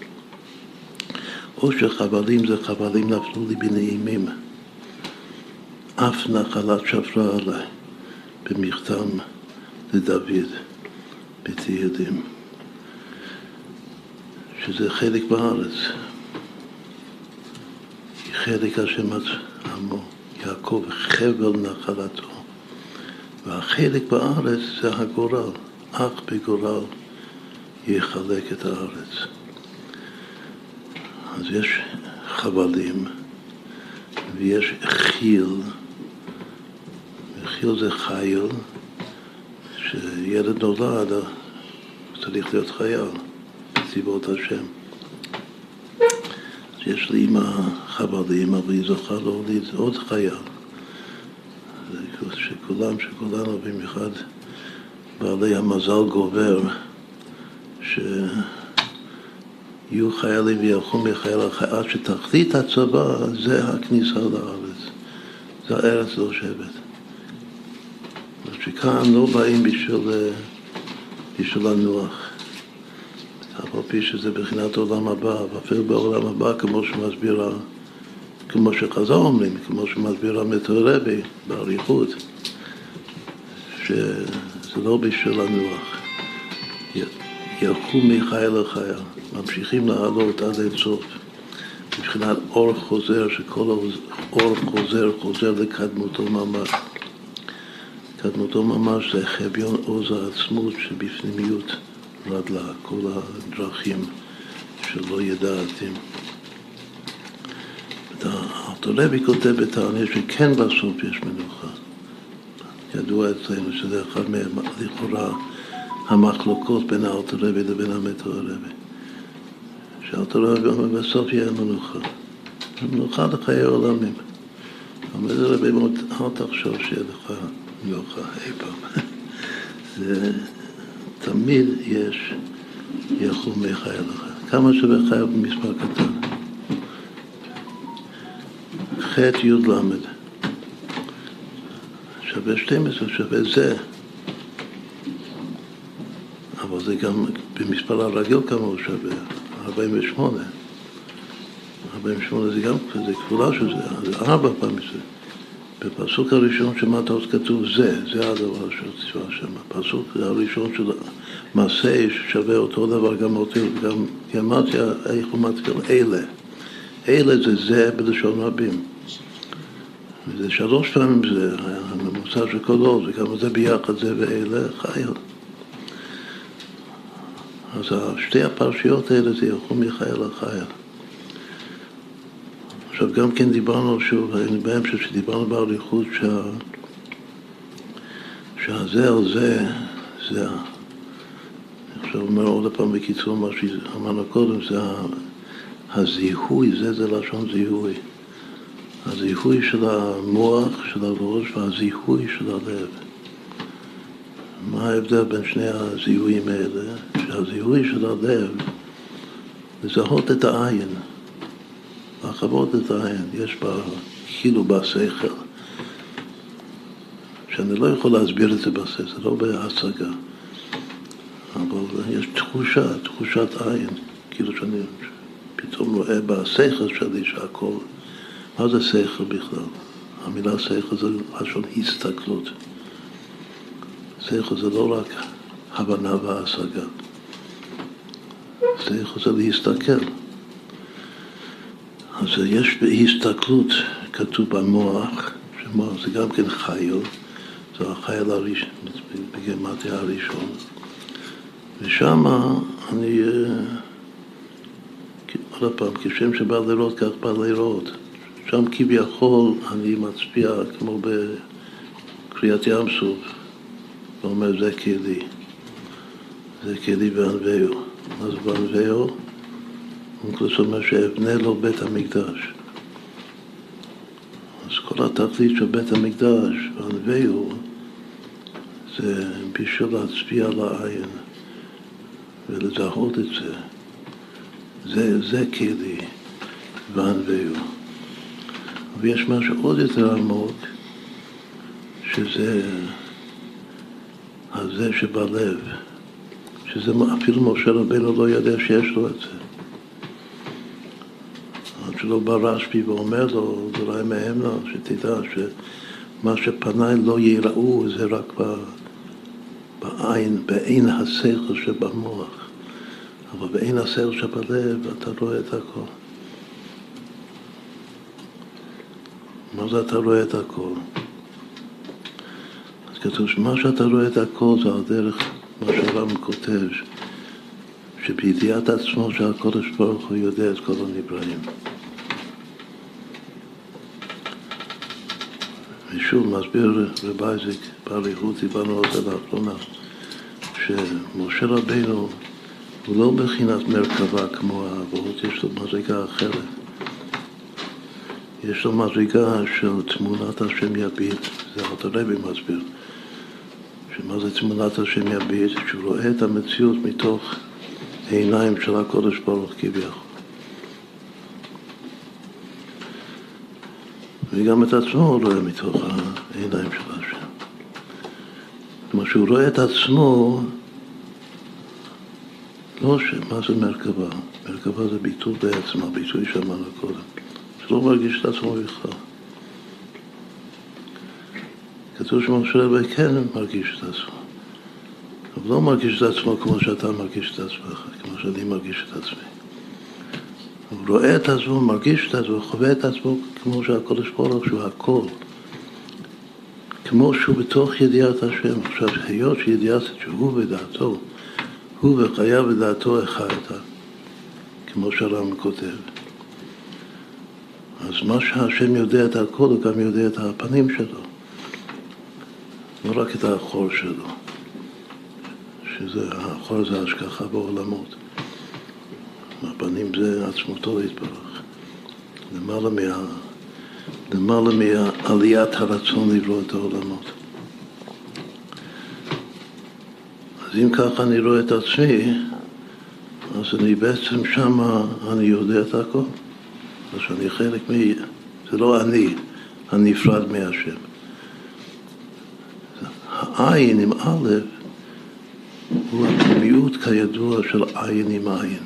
או שחבלים זה חבלים נפלו לי בנעימים, אף נחלת שפרה עליי, במכתם לדוד, בתהילים, שזה חלק בארץ. חלק השם עמו, יעקב חבל נחלתו, והחלק בארץ זה הגורל, אך בגורל יחלק את הארץ. אז יש חבלים ויש חיל, חיל זה חייל, שילד נולד צריך להיות חייל בצבאות השם. יש לי אמא חבלים, אבל היא זוכה להוליד עוד חייל. שכולם, שכולנו במיוחד בעלי המזל גובר, שיהיו חיילים וילכו מחייל לחייל, עד שתחתית הצבא זה הכניסה לארץ. זה הארץ לא שבט. שכאן לא באים בשביל, בשביל לנוח. אף על פי שזה בחינת עולם הבא, ואפילו בעולם הבא, כמו שמסביר, כמו שחז"ל אומרים, כמו שמסביר המתאור רבי באריכות, שזה לא בשביל לנוח. ילכו מחייל לחייל, ממשיכים לעלות עד אין סוף. מבחינת אור חוזר, שכל אור חוזר, חוזר לקדמותו ממש. קדמותו ממש זה חביון עוז העצמות שבפנימיות רדלה, כל הדרכים שלא ידעתם. הרבי כותב בתענית שכן בסוף יש מנוחה. ידוע אצלנו שזה אחד מהם, לכאורה, המחלוקות בין הרבי לבין המתאור רבי. שהרבי אומר בסוף יהיה מנוחה. מנוחה לחיי עולמים. אומר לרבי, אל תחשוב שיהיה לך מנוחה אי פעם. זה... תמיד יש ילכו מחייל לחייל. כמה שווה חייל במספר קטן? ח' י' למד. שווה שתים עשרה, שווה זה. אבל זה גם במספר הרגיל כמה הוא שווה. ארבעים ושמונה. ארבעים ושמונה זה גם זה כפולה של זה. זה ארבע פעמים זה. בפסוק הראשון שמטוס כתוב זה, זה הדבר שציווה השם. הפסוק הראשון של מעשה שווה אותו דבר גם אותי, גם ימדתי איך הוא מתחיל, אלה. אלה זה זה בלשון רבים. וזה שלוש פעמים זה, הממוצע של כל אור, זה גם זה ביחד זה ואלה חייל. אז שתי הפרשיות האלה זה ילכו מחייל לחייל. עכשיו גם כן דיברנו שוב, בהמשך שדיברנו באריכות שה... שהזה על זה, זה, אני עכשיו אומר עוד פעם בקיצור מה שאמרנו קודם, זה הזיהוי, זה זה לשון זיהוי. הזיהוי של המוח, של הראש והזיהוי של הלב. מה ההבדל בין שני הזיהויים האלה? שהזיהוי של הלב, לזהות את העין. לחוות את העין, יש בה כאילו בשכל, שאני לא יכול להסביר את זה בשכל, זה לא בהשגה, אבל יש תחושה, תחושת עין, כאילו שאני פתאום רואה בשכל שלי שהכל, מה זה שכל בכלל? המילה שכל זה לשון הסתכלות. שכל זה לא רק הבנה והשגה. שכל זה להסתכל. אז יש בהסתכלות, כתוב במוח, שמוח זה גם כן חייל, זה החייל הראשון, בגימטריה הראשון. ושם אני, עוד פעם, כשם שבא לראות, כך בא לראות. שם כביכול אני מצביע כמו בקריאת ים סוף, ואומר זה כלי, זה כלי בענווהו. אז בענווהו, זאת אומרת שאבנה לו בית המקדש. אז כל התכלית של בית המקדש, בענווהו, זה בשביל להצביע על העין ולזהות את זה. זה, זה כלי בענווהו. ויש משהו עוד יותר עמוק, שזה הזה שבלב, שזה אפילו משה רבנו לא יודע שיש לו את זה. עד שלא בא רשב"י ואומר לו, זה אולי מהם לו, שתדע שמה שפניי לא יראו זה רק בעין, בעין השכל שבמוח. אבל בעין השכל שבלב אתה רואה את הכל. מה זה אתה רואה את הכל? אז כתוב שמה שאתה רואה את הכל זה על דרך מה שהר"ם כותב, שבידיעת עצמו שהקדוש ברוך הוא יודע את כל הנבראים. ושוב מסביר רב אייזיק באריכות, דיברנו על זה לאחרונה, שמשה רבנו הוא לא בחינת מרכבה כמו האבות, יש לו מדרגה אחרת. יש לו מדרגה של תמונת השם יביט, זה אלתר רבי מסביר. שמה זה תמונת השם יביט? שהוא רואה את המציאות מתוך העיניים של הקודש ברוך כביכול. וגם את עצמו הוא רואה מתוך העיניים של השם. כלומר שהוא רואה את עצמו, לא שם, מה זה מרכבה? מרכבה זה ביטול בעצם, הביטוי שאמרנו קודם. שלא מרגיש את עצמו בכלל. כתוב שמשה רבי כן מרגיש את עצמו. אבל לא מרגיש את עצמו כמו שאתה מרגיש את עצמך, כמו שאני מרגיש את עצמי. הוא רואה את עצמו, מרגיש את עצמו, חווה את עצמו כמו שהקדוש ברוך הוא הכל. כמו שהוא בתוך ידיעת השם. עכשיו, היות שידיעת שהוא בדעתו, הוא וחיה בדעתו אחד, כמו שהר"ם כותב. אז מה שהשם יודע את הכל, הוא גם יודע את הפנים שלו. לא רק את האחור שלו. שזה, האחור זה השכחה בעולמות. הפנים זה עצמותו להתברך. למעלה מה... למעלה מעליית הרצון לברוא את העולמות. אז אם ככה אני רואה את עצמי, אז אני בעצם שמה, אני יודע את הכל. אז אני חלק מ... זה לא אני, אני נפרד מהשם. העין עם א' הוא הפנימיות כידוע של עין עם עין.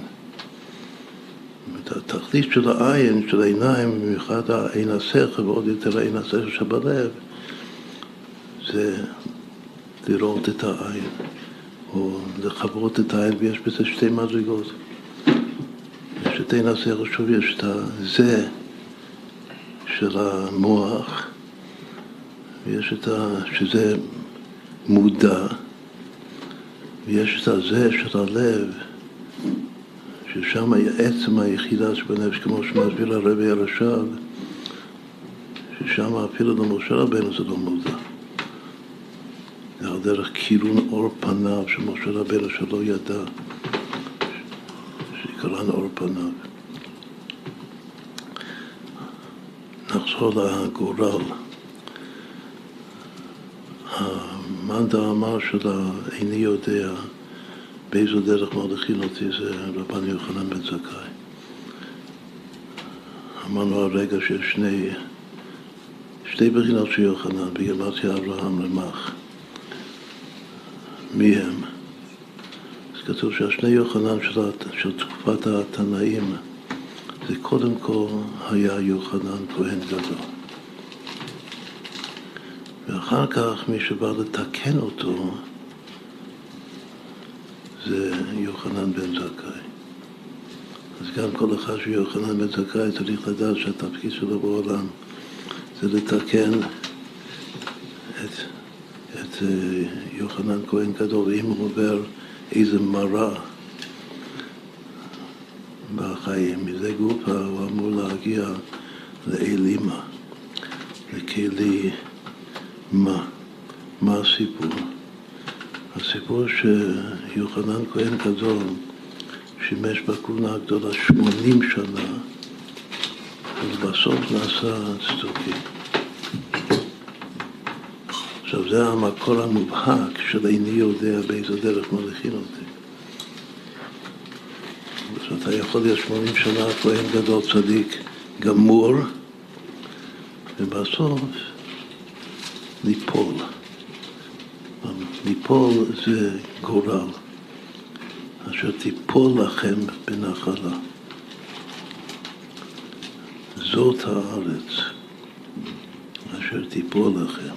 התכלית של העין, של העיניים, במיוחד העין השכל ועוד יותר העין השכל שבלב, זה לראות את העין, או לחוות את העין, ויש בזה שתי מדרגות. יש את עין השכל, שוב יש את הזה של המוח, ויש את ה... שזה מודע, ויש את הזה של הלב, ששם עצם היחידה שבנפש, כמו שמסביר הרבי הרש"ב, ששם אפילו למשה רבנו זה לא מודע. זה על דרך כיוון אור פניו של משה רבנו שלא ידע, שקרן אור פניו. נחזור לגורל. המאן דאמר שלה איני יודע באיזו דרך מוליכין אותי זה רבן יוחנן בן זכאי. אמרנו הרגע שיש שני, שתי בחינות של יוחנן, בגימטריה אברהם רמ"ח. מי הם? אז כתוב שהשני יוחנן של, של תקופת התנאים, זה קודם כל היה יוחנן כהן גדול. ואחר כך מי שבא לתקן אותו זה יוחנן בן זכאי. אז גם כל אחד שהוא יוחנן בן זכאי צריך לדעת שהתפקיד שלו בעולם זה לתקן את, את יוחנן כהן גדול. אם הוא עובר איזה מראה בחיים, מזה גופה הוא אמור להגיע לאלימה, לכלי מה, מה הסיפור? הסיפור שיוחנן כהן גדול שימש בכהונה הגדולה שמונים שנה ובסוף נעשה צדוקי. עכשיו זה המקור המובהק של איני יודע באיזה דרך מוליכים אותי. אתה יכול להיות שמונים שנה כהן גדול צדיק גמור ובסוף ליפול. ליפול זה גורל, אשר תיפול לכם בנחלה. זאת הארץ, אשר תיפול לכם.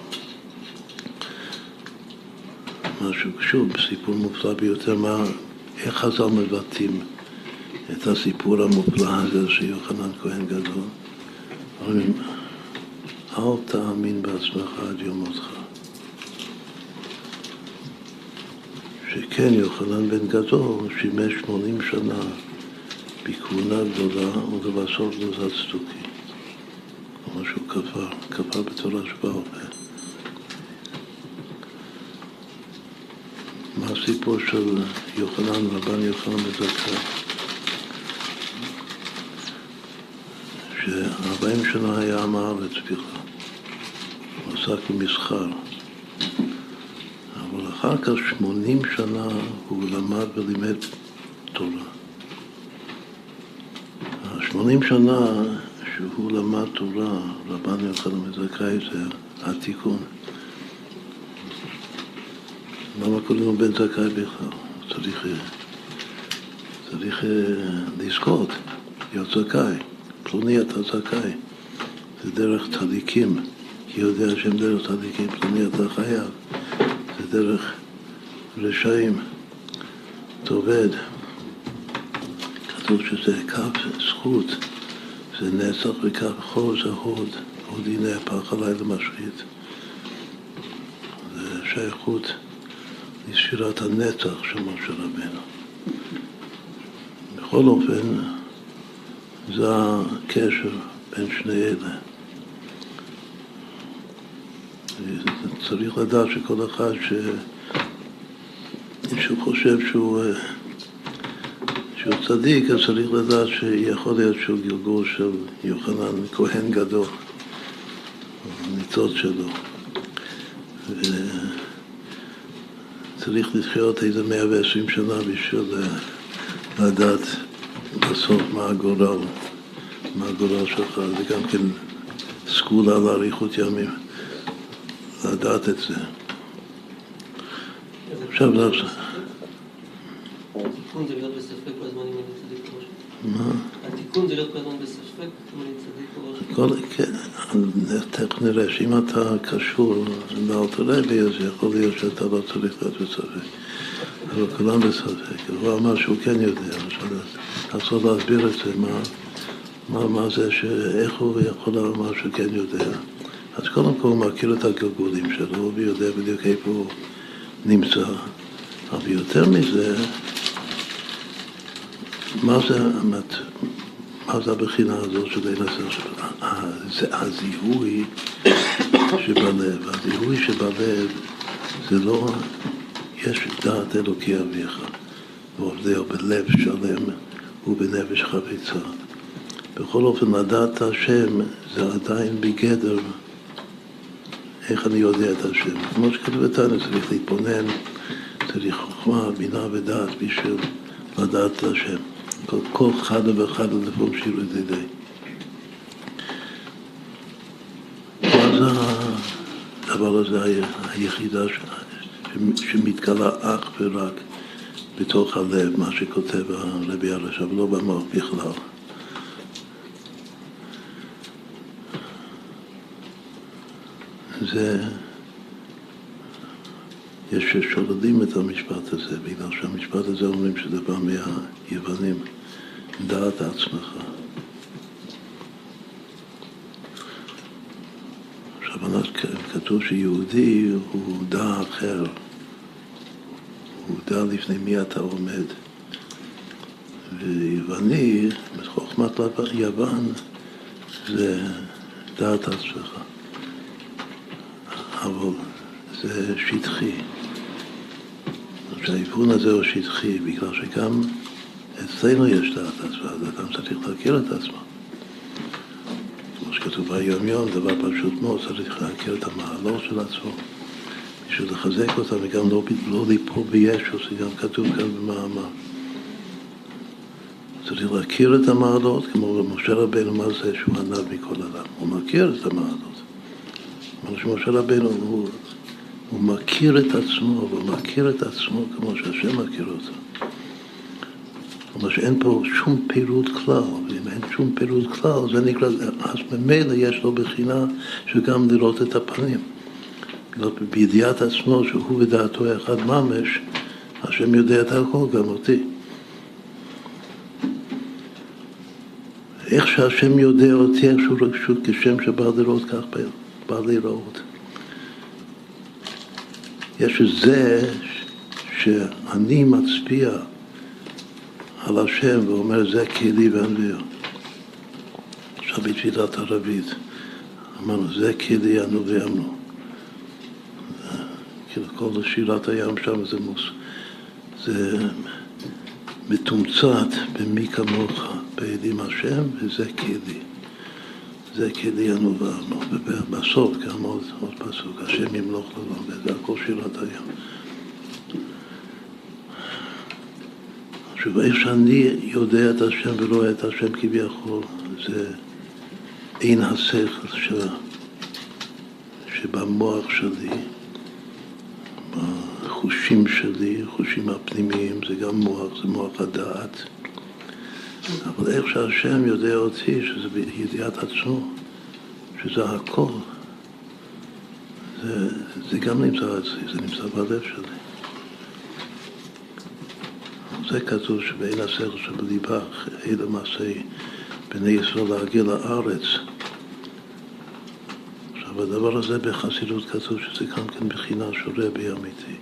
משהו שוב, סיפור מופלא ביותר, מה, איך חז"ל מבטאים את הסיפור המופלא הזה של יוחנן כהן גדול. אומרים, אל תאמין בעצמך עד יום מותך. שכן יוחנן בן גדול שימש שמונים שנה בכהונה גדולה ולבסוף נעשה צדוקי. כלומר שהוא כפר, כפר בתורה שבעל פה. מה הסיפור של יוחנן, רבן יוחנן בן זכאי? ש-ארבעים שנה היה עם הארץ בכלל. הוא עסק במסחר. אבל אחר כך שמונים שנה הוא למד ולימד תורה. שמונים שנה שהוא למד תורה, רבן יוחנן בן זכאי, זה התיקון. למה קוראים לו בן זכאי בכלל? צריך, צריך לזכות, להיות זכאי. פלוני אתה זכאי. זה דרך צדיקים. כי יודע שהם דרך צדיקים, פלוני אתה חייב. זה דרך רשעים. תעובד. כתוב שזה כף זכות. זה נצח וכף חור זה הוד. הוד הנה הפך עלי למשחית. זה שייכות לשירת הנצח של משה רבנו. בכל אופן, זה הקשר בין שני אלה. צריך לדעת שכל אחד ש... שהוא חושב שהוא, שהוא צדיק, אז צריך לדעת שיכול להיות שהוא גלגול של יוחנן כהן גדול, ניצוץ שלו. וצריך לחיות איזה מאה ועשרים שנה בשביל לדעת בסוף מה הגורל, מה הגורל שלך. זה גם כן סגולה לאריכות ימים, לדעת את זה. עכשיו לעשות. התיקון זה להיות בספק כל הזמן אם אני צדיק או לא. מה? התיקון זה להיות כל הזמן בספק אם אני צדיק או לא. כן, תכף נראה שאם אתה קשור לאלתר רבי, אז יכול להיות שאתה לא צריך להיות בספק. אבל כולם בספק. הוא אמר שהוא כן יודע, לעשות להסביר את זה, מה, מה, מה זה, איך הוא יכול לומר שהוא כן יודע. אז קודם כל הוא מכיר את הגלגולים שלו, ויודע בדיוק איפה הוא נמצא. אבל יותר מזה, מה זה, מה זה הבחינה הזאת של אין הסר? זה הזיהוי שבלב. הזיהוי שבלב זה לא, יש דעת אלוקי אביך, ועובדהו בלב שלם ובנפש חפצה. בכל אופן, לדעת השם זה עדיין בגדר איך אני יודע את השם. כמו שכתוב בתניא, צריך להתבונן, צריך חוכמה, בינה ודעת בשביל לדעת את השם. כל, כל חדה וחדה לפעול שיר ידידי. אז הדבר הזה היחידה שמתגלה אך ורק בתוך הלב, מה שכותב הרבי הראש, אבל לא במוח בכלל. זה יש ששוללים את המשפט הזה, בגלל שהמשפט הזה אומרים שזה בא מהיוונים, דעת עצמך. עכשיו, כתוב שיהודי הוא דע אחר, הוא דע לפני מי אתה עומד. ויווני, חוכמת יוון, זה דעת עצמך. אבל זה שטחי. שהאיוון הזה הוא שטחי, בגלל שגם אצלנו יש דעת עצמך, אז אדם צריך להכיר את עצמו. כמו שכתוב ביום יום, דבר פשוט מאוד, צריך להכיר את המעלות של עצמו. בשביל לחזק אותם וגם לא, לא ליפול בישו, זה גם כתוב כאן במאמר. צריך להכיר את המעלות, כמו משה רבנו, מה זה שהוא ענב מכל אדם. הוא מכיר את המעלות. כמו שמשה רבנו, הוא, הוא מכיר את עצמו, הוא מכיר את עצמו כמו שהשם מכיר אותו. כלומר שאין פה שום פירוט כלל, ואם אין שום פירוט כלל, זה נקרא, אז ממילא יש לו בחינה שגם לראות את הפנים. בידיעת עצמו, שהוא ודעתו אחד ממש, השם יודע את הכל, גם אותי. איך שהשם יודע אותי, איך שהוא רגישות כשם שבא לראות כך בא לראות. יש זה שאני מצביע על השם ואומר זה כלי ואנביר. עכשיו בתפילת ערבית אמרנו זה כלי אנו ואמנו. כאילו כל שירת הים שם זה מוס. זה מתומצת במי כמוך בידים השם וזה כלי. זה כלי אנו ואמנו. ובסוף גם עוד, עוד פסוק, השם ימלוך לנו, וזה הכל שירת הים. עכשיו, איך שאני יודע את השם ורואה את השם כביכול, זה אין השכל ש... שבמוח שלי, בחושים שלי, חושים הפנימיים, זה גם מוח, זה מוח הדעת. אבל איך שהשם יודע אותי, שזה בידיעת עצמו, שזה הכל, זה, זה גם נמצא אצלי, זה נמצא בלב שלי. זה כתוב שבאין השכל שבליבך, אלה מעשי בני ישראל להגיע לארץ. עכשיו, הדבר הזה בחסידות כתוב שזה גם כן בחינה של רבי אמיתי.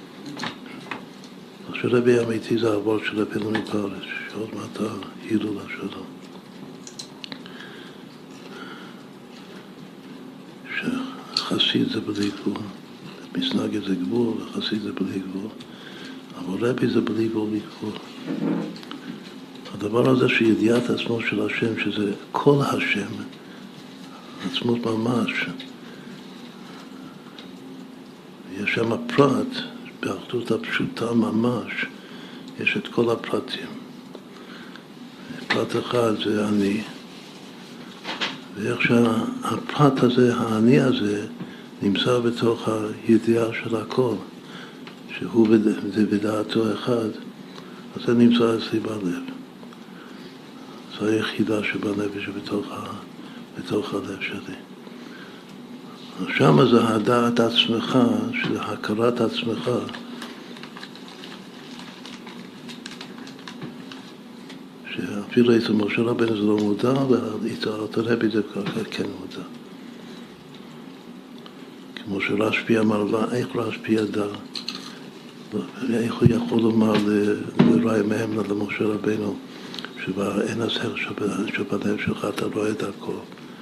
שרבי אמיתי זה העבור של רבינו מפרש, שעוד מעט הילול השלום. שחסיד זה בלי גבול, מסנגד זה גבול וחסיד זה בלי גבול. אבל רבי זה בלי גבול לגבול. הדבר הזה שידיעת עצמו של השם, שזה כל השם, עצמות ממש. יש שם פרט, באחדות הפשוטה ממש, יש את כל הפרטים. פרט אחד זה אני, ואיך שהפרט הזה, האני הזה, נמצא בתוך הידיעה של הכל. שהוא בדעתו אחד, אז זה נמצא אצלי בלב. זו היחידה שבנפש שבתוך בתוך הלב שלי. שם זה הדעת עצמך, שזה הכרת עצמך. שאפילו אצל משה רבנו זה לא מודע, ואצל הרבי זה כן מודע. כמו שרשב"י אמר לה, איך רשב"י ידע? איך הוא יכול לומר לראי מהם למשה רבנו שאין השכל שבלב שלך אתה רואה את הכל.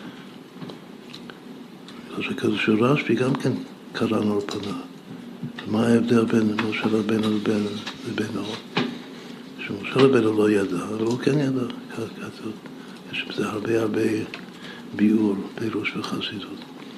אז כזה שרשב"י גם כן קראנו על פניו. מה ההבדל בין משה רבנו לבינו? שמשה רבנו לא ידע, אבל הוא כן ידע. כתוב, יש בזה הרבה הרבה ביאור, פירוש וחסידות.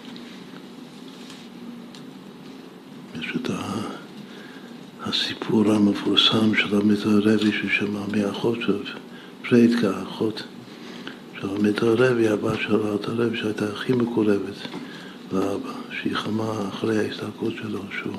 יש את ה... הסיפור המפורסם של המתערבי ששמע מאחות של פריידקה, האחות של המתערבי, הבא של המתערבי שהייתה הכי מקורבת לאבא, שהיא חמה אחרי ההסתלקות שלו, שהוא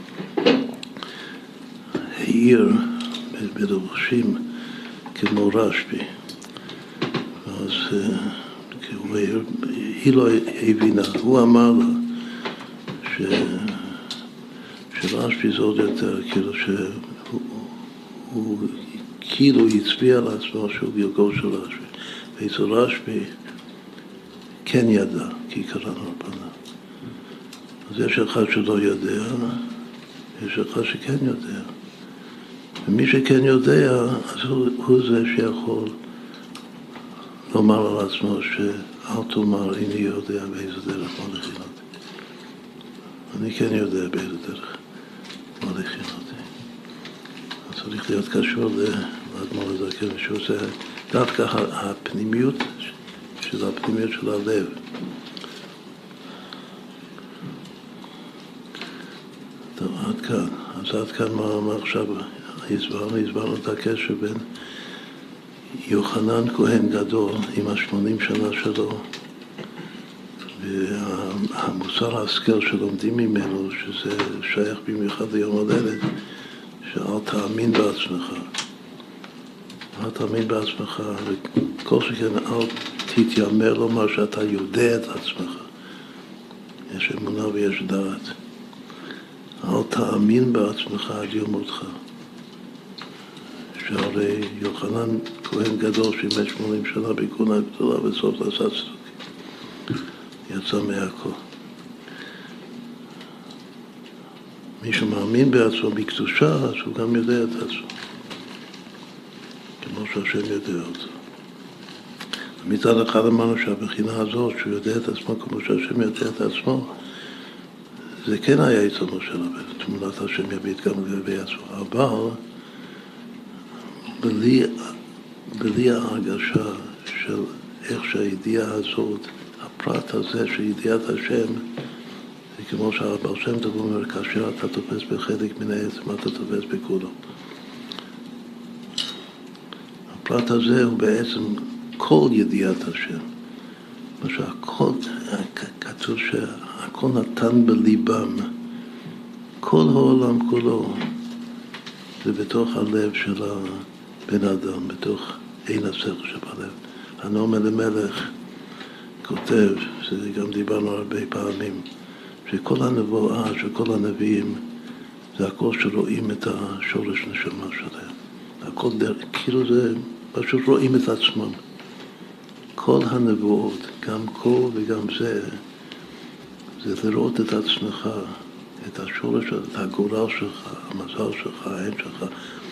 העיר בלבושים כמו רשב"י. אז הוא העיר, היא לא הבינה, הוא אמר לה ש... ברשב"י זה עוד יותר, כאילו שהוא הוא, כאילו הצביע לעצמו שהוא גלגול של רשב"י. ואצל רשב"י כן ידע, כי קראנו על פניו. אז יש אחד שלא יודע, יש אחד שכן יודע. ומי שכן יודע, אז הוא, הוא זה שיכול לומר על עצמו שאל תאמר, איני יודע באיזה דרך מוליכין אותי. אני כן יודע באיזה דרך מוליכין אותי. אז צריך להיות קשור לאדמו"ר הזקן, שהוא זה דווקא הפנימיות של הפנימיות של הלב. טוב, עד כאן. אז עד כאן מה, מה עכשיו הסברנו? הסברנו את הקשר בין יוחנן כהן גדול עם השמונים שנה שלו והמוסר ההשכל שלומדים ממנו, שזה שייך במיוחד ליום הולדת, שאל תאמין בעצמך. אל תאמין בעצמך, וכל שכן אל תתיימר לומר שאתה יודע את עצמך. יש אמונה ויש דעת. אל תאמין בעצמך עד יום מותך. שהרי יוחנן כהן גדול שימש שמונים שנה בכהונה גדולה בסוף לעשות צדוקים. יצא מהכל. מי שמאמין בעצמו בקדושה, אז הוא גם יודע את עצמו. כמו שהשם יודע אותו. מצד אחד אמרנו שהבחינה הזאת, שהוא יודע את עצמו כמו שהשם יודע את עצמו, זה כן היה אצל משה רבנו, תמונת השם יביט גם לגבי עצמו. אבל בלי, בלי ההרגשה של איך שהידיעה הזאת, הפרט הזה של ידיעת השם, זה כמו שהבעל שם טוב אומר, כאשר אתה תופס בחלק מן העץ, מה אתה תופס בכולו. הפרט הזה הוא בעצם כל ידיעת השם. מה שהכל, כתוב שהכל נתן בליבם. כל העולם כולו זה בתוך הלב של הבן אדם, בתוך אין השכל שבלב. הנאום אלימלך כותב, שזה גם דיברנו הרבה פעמים, שכל הנבואה של כל הנביאים זה הכל שרואים את השורש נשמה שלהם. הכל דרך, כאילו זה פשוט רואים את עצמם. כל הנבואות, גם כל וגם זה, זה לראות את עצמך, את השורש, את הגורל שלך, המזל שלך, העין שלך.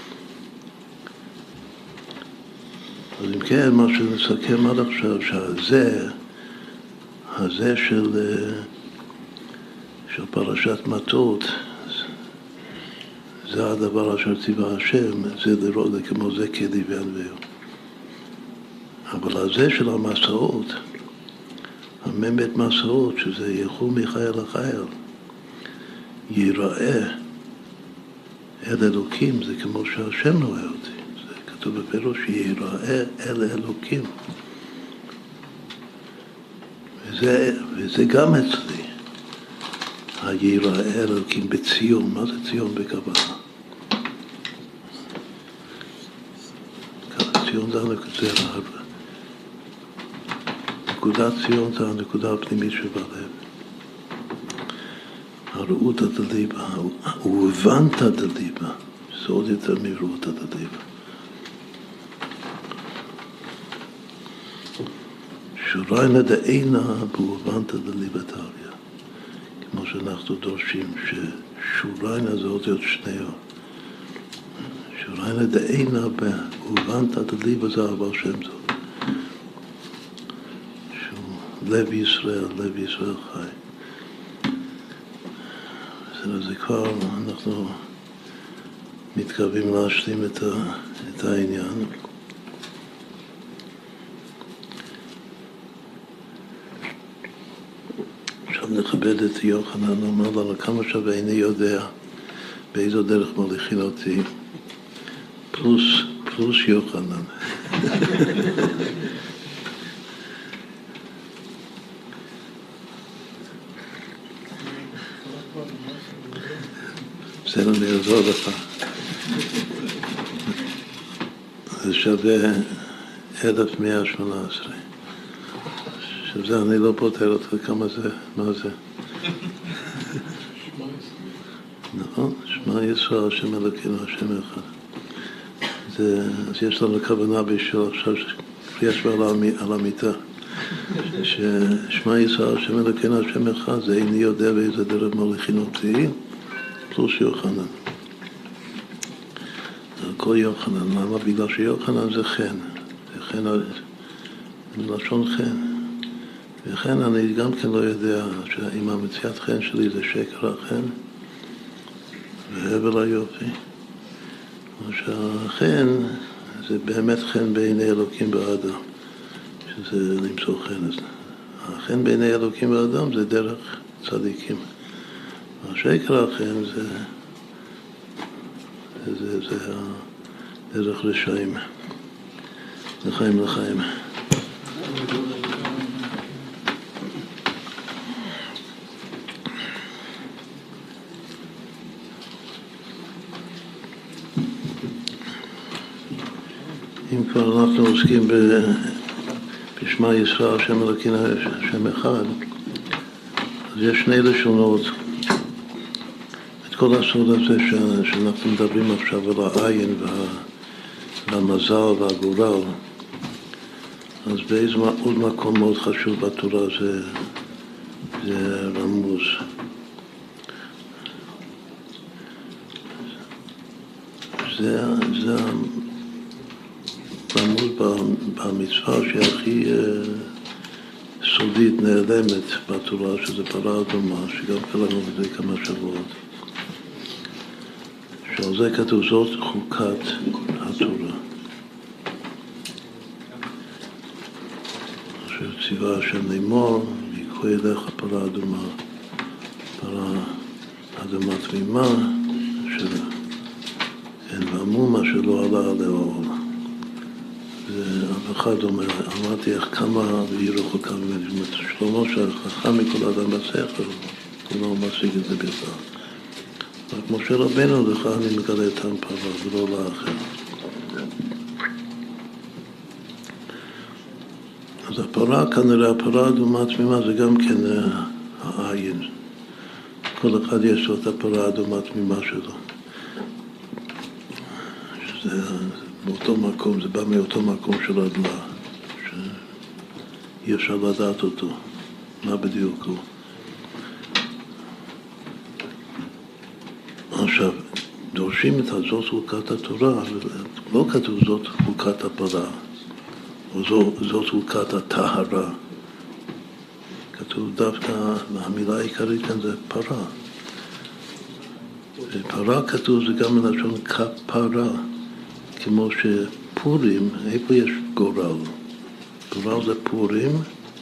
אז אם כן, מה שנסכם עד עכשיו, שהזה, הזה של, של פרשת מטות, זה הדבר אשר ציווה השם, זה לראות כמו זה כדי וענווהו. אבל הזה של המסעות, הממת מסעות, שזה ילכו מחייל לחייל, ייראה אל אלוקים, זה כמו שהשם רואה אותי. זה כתוב בפירוש, ייראה אל אלוקים. וזה, וזה גם אצלי. היראה אל אלוקים בציון. מה זה ציון בקבלה? ציון זה הנקודה. נקודת ציון זה הנקודה הפנימית שבלב. הראות הדליבה, והובנת הדליבה, זה עוד יותר מראות הדליבה. שוריינה דאינה והובנת דליבתריה. כמו שאנחנו דורשים, ששוריינה זה עוד יותר שנייה. שוריינה דאינה והובנת דליבה זה הבעל שם טוב. לב ישראל, לב ישראל חי. זה כבר, אנחנו מתקרבים להשלים את, ה, את העניין. עכשיו נכבד את יוחנן, אומר לנו כמה שווה איני יודע באיזו דרך מוליכין אותי, פלוס, פלוס יוחנן. בסדר, אני אעזור לך. זה שווה אלף מאה שמונה עשרה. שזה אני לא פותר אותך כמה זה, מה זה? נכון? שמע ישראל, השם אלוקינו, השם אחד. זה, אז יש לנו כוונה בשביל עכשיו שיש בה על המיטה. ששמע ישראל, השם אלוקינו, השם אחד, זה איני יודע באיזה דרך מוליכין אותי, פלוס יוחנן. כל יוחנן, למה? בגלל שיוחנן זה חן. זה חן, זה לשון חן. וכן אני גם כן לא יודע שאם המציאת חן שלי זה שקר החן והבל היופי. או שהחן זה באמת חן בעיני אלוקים באדם, שזה למצוא חן. החן בעיני אלוקים באדם זה דרך צדיקים. השקר החן זה, זה, זה, זה דרך רשעים. לחיים לחיים. אם כבר אנחנו עוסקים בשמע ישראל, השם אלוקינו, השם אחד, אז יש שני לשונות. את כל הסוד הזה שאנחנו מדברים עכשיו על העין והמזל והגורל, אז באיזה עוד מקום מאוד חשוב בתורה זה, זה רמוז. זה, זה רמוז במצווה שהכי סודית, נעלמת בתורה, שזה פרה אדומה, שגם קראנו בזה כמה שבועות. שעל זה כתוב זאת חוקת התורה. שציווה השם לאמור, ויקחו אליך פרה אדומה, פרה אדומה תמימה, שאין ועמומה שלא עלה עליה עול. ואף אחד אומר, אמרתי איך כמה וירוך וכמה ממני, שלמה שהחכם מכל אדם בשכל, הוא לא משיג את זה בכלל. רק משה רבנו, לך אני מגלה את עם פרה ולא לאחר. אז הפרה, כנראה הפרה אדומה תמימה זה גם כן העין. כל אחד יש לו את הפרה אדומה תמימה שלו. שזה באותו מקום, זה בא מאותו מקום של הדלה, שאי אפשר לדעת אותו, מה בדיוק הוא. עכשיו, דורשים את הזאת חוקת התורה, לא כתוב זאת חוקת הפרה, או זו, זאת חוקת הטהרה. כתוב דווקא, המילה העיקרית כאן זה פרה. ופרה כתוב זה גם מלשון כפרה. כמו שפורים, איפה יש גורל? גורל זה פורים,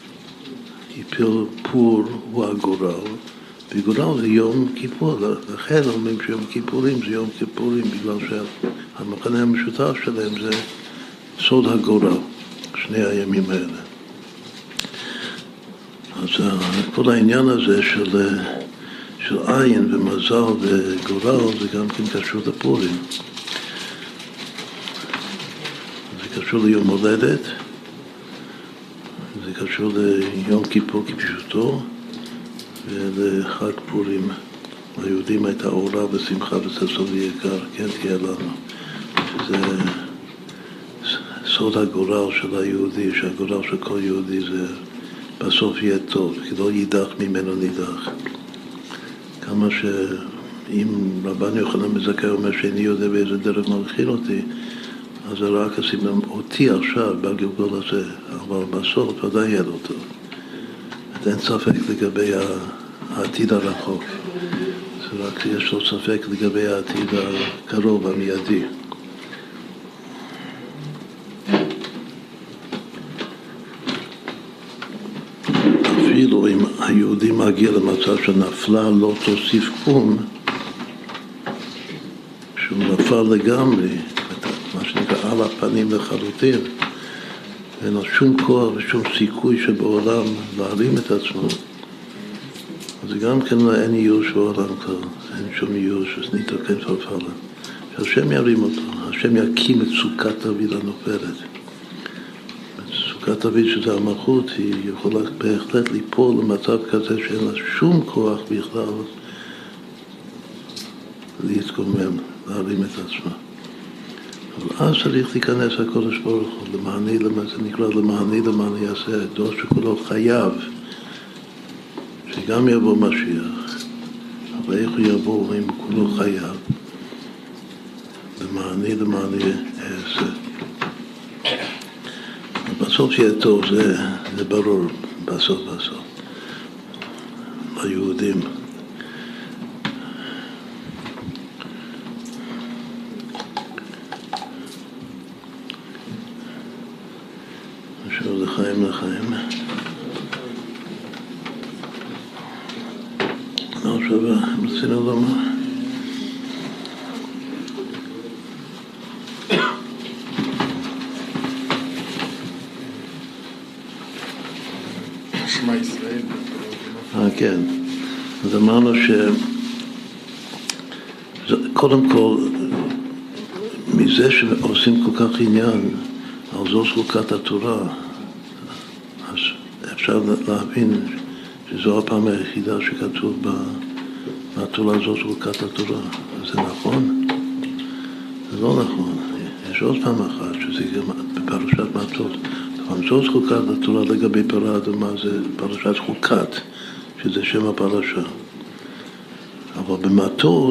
פור הוא הגורל, וגורל זה יום כיפור, לכן אומרים שיום כיפורים זה יום כיפורים, בגלל שהמכנה המשותף שלהם זה סוד הגורל, שני הימים האלה. אז כל העניין הזה של, של עין ומזל וגורל זה גם כן קשור לפורים. קשור ליום הולדת, זה קשור ליום כיפור כפשוטו ולחג פורים. ליהודים הייתה אורה ושמחה וששון ויקר, כן תהיה לנו. שזה סוד הגורל של היהודי, שהגורל של כל יהודי זה בסוף יהיה טוב, כי לא יידח ממנו נידח. כמה שאם רבן יוחנן מזכה אומר שאיני יודע באיזה דרך מלכין אותי, אז זה רק עושים אותי עכשיו בגלגול הזה, אבל בסוף ודאי יהיה לו טוב. אין ספק לגבי העתיד הרחוק. זה רק יש לו ספק לגבי העתיד הקרוב, המיידי. אפילו אם היהודי מגיע למצב שנפלה לא תוסיף כלום, שהוא נפל לגמרי, מה שנקרא על הפנים לחלוטין, ואין לו שום כוח ושום סיכוי שבעולם להרים את עצמו. אז גם כן אין איוש בעולם כבר, אין שום איוש, אז נתרקן פלפלה. שהשם ירים אותו, השם יקים את סוכת דוד הנופלת. סוכת דוד שזה המלכות, היא יכולה בהחלט ליפול למצב כזה שאין לה שום כוח בכלל להתקומם, להרים את עצמה. אבל אז צריך להיכנס הקודש ברוך הוא, למעני, זה נקרא למעני, למעני יעשה, דור שכולו חייב, שגם יבוא משיח, אבל איך הוא יבוא אם כולו חייב? למעני, למעני יעשה. בסוף שיהיה טוב, זה, זה ברור, בסוף בסוף. ליהודים. משהו לחיים לחיים. לא שווה, רצינו לומר. שמע ישראל. אה, כן. אז אמרנו ש... קודם כל, מזה שעושים כל כך עניין על זו חוקת התורה, אז אפשר להבין שזו הפעם היחידה שכתוב בתורה זו חוקת התורה. זה נכון? זה לא נכון. יש עוד פעם אחת, שזה גם בפרשת מטות. זו חוקת התורה לגבי פרה אדומה, זה פרשת חוקת, שזה שם הפרשה. אבל במטות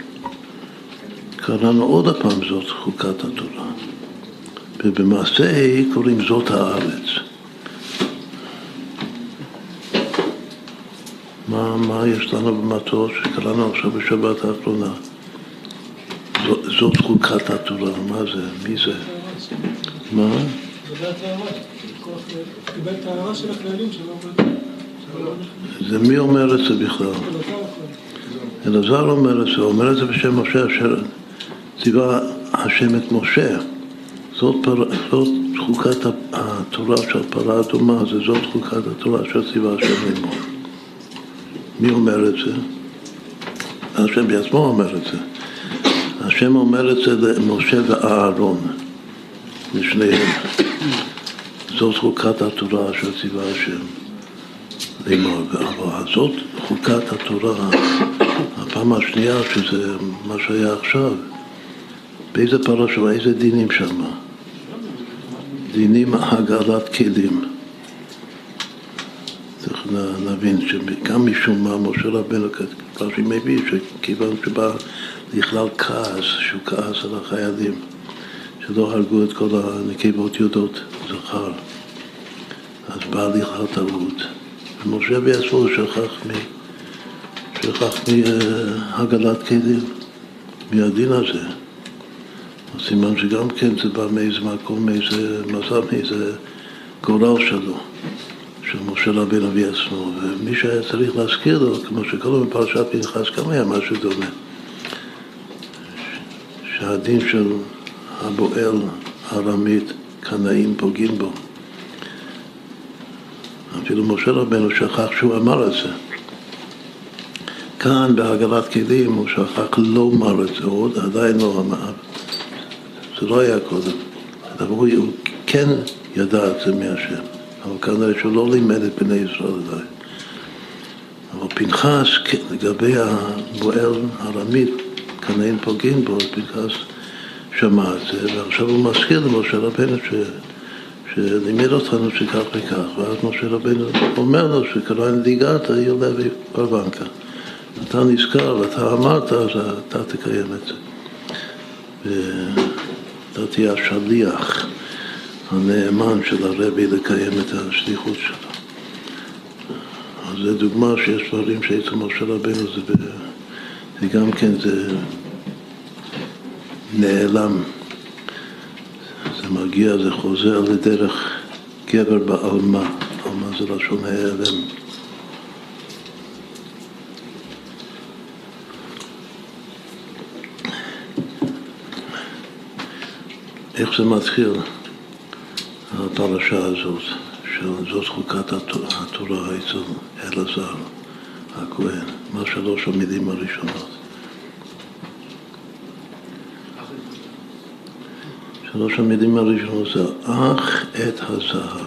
קראנו עוד הפעם זאת חוקת התורה. ובמעשה קוראים זאת הארץ. מה, מה יש לנו במטות שקראנו עכשיו בשבת האחרונה? זאת, זאת חוקת התורה, מה זה? מי זה? מה? קיבל את ההערה של הכללים שלו. זה מי אומר את זה בכלל? אלעזר אומר את זה, הוא אומר את זה בשם משה, אשר ציווה השם את משה. זאת, פר... זאת חוקת התורה של פרה אדומה, זה זאת חוקת התורה אשר ציווה השם לאמור. מי אומר את זה? השם בעצמו אומר את זה. השם אומר את זה למשה ואהרון, לשניהם. זאת חוקת התורה אשר ציווה השם לאמור. אבל זאת חוקת התורה, הפעם השנייה, שזה מה שהיה עכשיו, באיזה פרשה, איזה דינים שם? דינים הגעלת כלים. צריך להבין שגם משום מה משה רבנו כבר שמביא שכיוון שבא לכלל כעס, שהוא כעס על החיילים, שלא הרגו את כל הנקבות יודעות זכר, אז בא לכלל טעות. ומשה בעצמו שכח מ... שכח מהגעלת כלים, מהדין הזה. סימן שגם כן זה בא מאיזה מקום, מאיזה מזל, מאיזה גורל שלו, של משה רבנו בעצמו. ומי שהיה צריך להזכיר לו, כמו שקודם בפרשת פנחס, גם היה משהו דומה. שהדין של הבועל הרמית, קנאים פוגעים בו. אפילו משה רבנו שכח שהוא אמר את זה. כאן בהגעלת כלים הוא שכח לומר את זה, עוד עדיין לא אמר. זה לא היה קודם. אבל הוא, הוא כן ידע את זה מהשם. אבל כנראה שהוא לא לימד את בני ישראל עדיין. אבל פנחס, לגבי הבועל הרמית, קנאים פוגעים בו, פנחס שמע את זה, ועכשיו הוא מזכיר למשה רבנו ש... שלימד אותנו שכך וכך, ואז משה רבנו אומר לו שקרא נדיגת יולע ורבנקה. אתה נזכר ואתה אמרת, אז אתה תקיים את זה. ואתה תהיה השליח הנאמן של הרבי לקיים את השליחות שלו. אז זה דוגמה שיש דברים שאצל משה רבנו זה, ב... זה גם כן זה נעלם. זה מגיע, זה חוזר לדרך גבר בעלמה. עלמה זה לשון העלם. איך זה מתחיל, הפרשה הזאת, שזאת חוקת התורה אצל אלעזר הכהן, מה שלוש המילים הראשונות. שלוש המילים הראשונות זה אך את הזהב.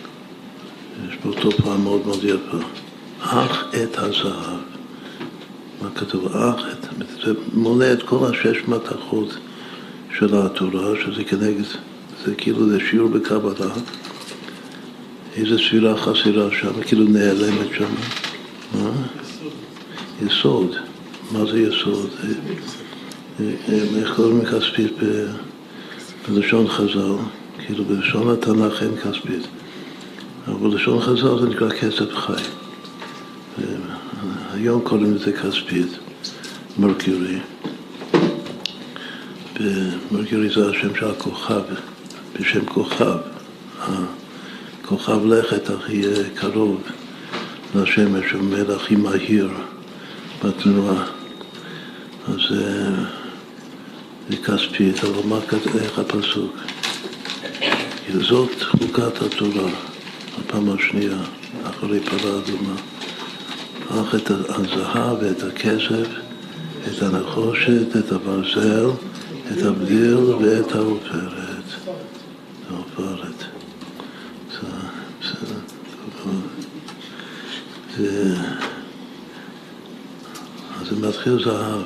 יש פה תופעה מאוד מאוד יפה. אך את הזהב. מה כתוב? אח, זה מונה את כל השש מתכות של התורה, שזה כנגד, זה כאילו זה שיעור בקבלה, איזה ספירה חסרה שם, כאילו נעלמת שם. מה? יסוד. מה זה יסוד? איך קוראים כספית בלשון חז"ל? כאילו בלשון התנ"ך אין כספית. אבל בלשון חז"ל זה נקרא כסף חי. היום קוראים לזה כספית, מרקיורי. מרקיורי זה השם של הכוכב, בשם כוכב. כוכב לכת הכי קרוב לשמש, המלך הכי מהיר בתנועה. אז זה כספית, אבל מה כתוב, איך הפסוק? זאת חוקת התורה, הפעם השנייה, אחרי פרה אדומה. אך את הזהב ואת הכסף, את הנחושת, את הברזל, את הבדיר ואת העופרת. העופרת. זה... אז זה מתחיל זהב.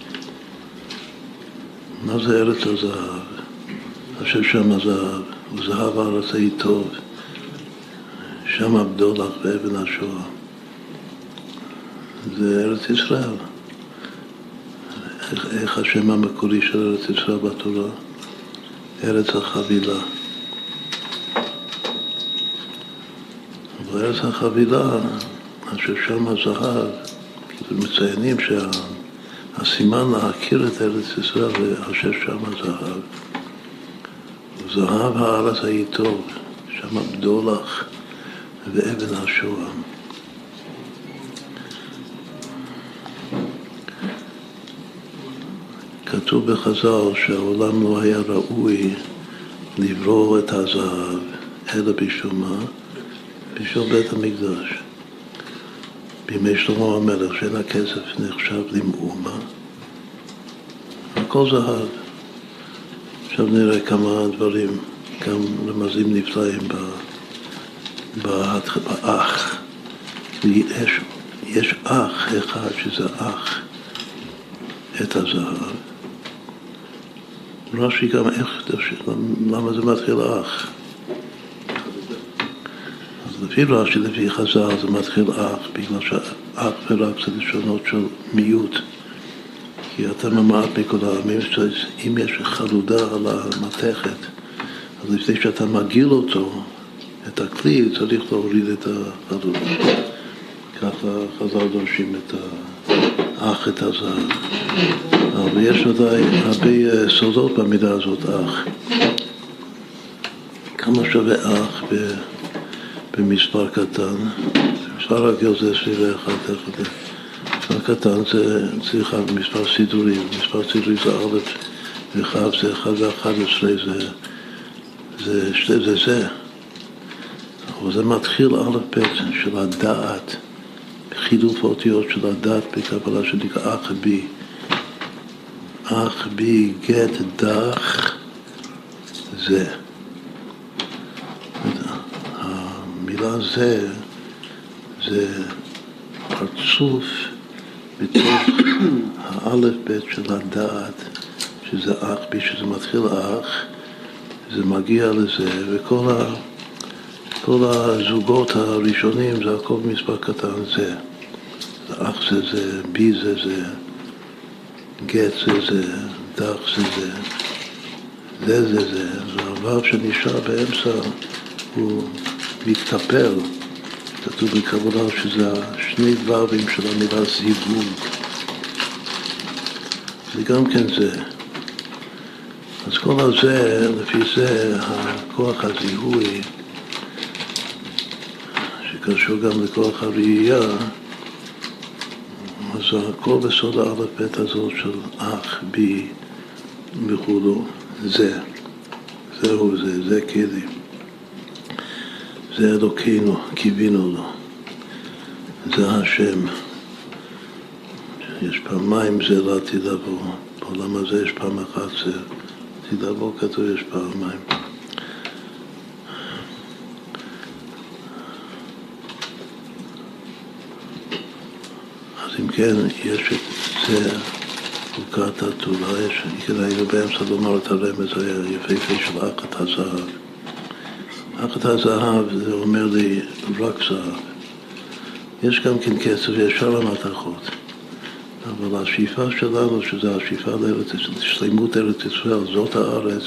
מה זה ארץ הזהב? אשר שם הזהב, וזהב הארץ היא טוב. שם הבדולח ואבן השואה. זה ארץ ישראל. איך, איך השם המקורי של ארץ ישראל בתורה? ארץ החבילה. בארץ החבילה, אשר שם הזהב, כאילו מציינים שהסימן להכיר את ארץ ישראל זה אשר שם הזהב. זהב הארץ היא טוב, שם הבדולח ואבן השואה. כתוב בחז"ל שהעולם לא היה ראוי לברוא את הזהב, אלא בשביל מה? בשביל בית המקדש. בימי שלמה המלך, שאין הכסף נחשב למאומה, הכל זהב. עכשיו נראה כמה דברים, גם רמזים נפלאים באח. יש, יש אח אחד שזה אח את הזהב. רש"י גם איך, למה זה מתחיל אח? אז לפי רש"י, לפי חז"ל, זה מתחיל אח, בגלל שאח ורק זה לשונות של מיעוט. כי אתה ממעט מכל העמים, אם יש חלודה על המתכת, אז לפני שאתה מגיל אותו, את הכלי, צריך להוריד את החלודה. ככה חז"ל דורשים את האח, את הזהב. אבל יש ודאי הרבה סודות במידה הזאת, אח. כמה שווה אח במספר קטן? מספר רגיל זה עשרים ואחת, מספר קטן זה צריכה במספר סידורים, מספר סידורי זה א' וח' זה אחד ואחת עשרה, זה זה זה זה זה. אבל זה מתחיל א' ב' של הדעת, חילוף האותיות של הדעת בקבלה שנקרא אח בי. אח בי גט דח זה. המילה זה זה פרצוף בתוך האלף בית של הדעת, שזה אח בי, שזה מתחיל אח, זה מגיע לזה, וכל ה, כל הזוגות הראשונים זה הכל מספר קטן זה. אח זה זה, בי זה זה, גט זה זה, דח זה זה, זה זה זה, והוו שנשאר באמצע הוא מתקפל. כתוב בקבלה שזה שני וווים של המילה זיווג. זה גם כן זה. אז כל הזה, לפי זה, הכוח הזיהוי, שקשור גם לכוח הראייה, אז הכל בסוד האלף בית הזאת של אח, בי, וכולו, זה. זהו זה, זה כלי. זה אלוקינו, קיווינו לו. זה השם. יש פעמיים זה לעתיד לבוא. בעולם הזה יש פעם אחת זה. לעתיד לבוא כתוב יש פעמיים. אז אם כן, יש את זה, חוקת התורה, יש, כדאי באמצע לומר את הרמז היפהפה של אחת הזהב. אחת הזהב זה אומר לי רק זהב. יש גם כן כסף וישר למתכות. אבל השאיפה שלנו, שזה השאיפה לארץ, שלמות ארץ ישראל, זאת הארץ,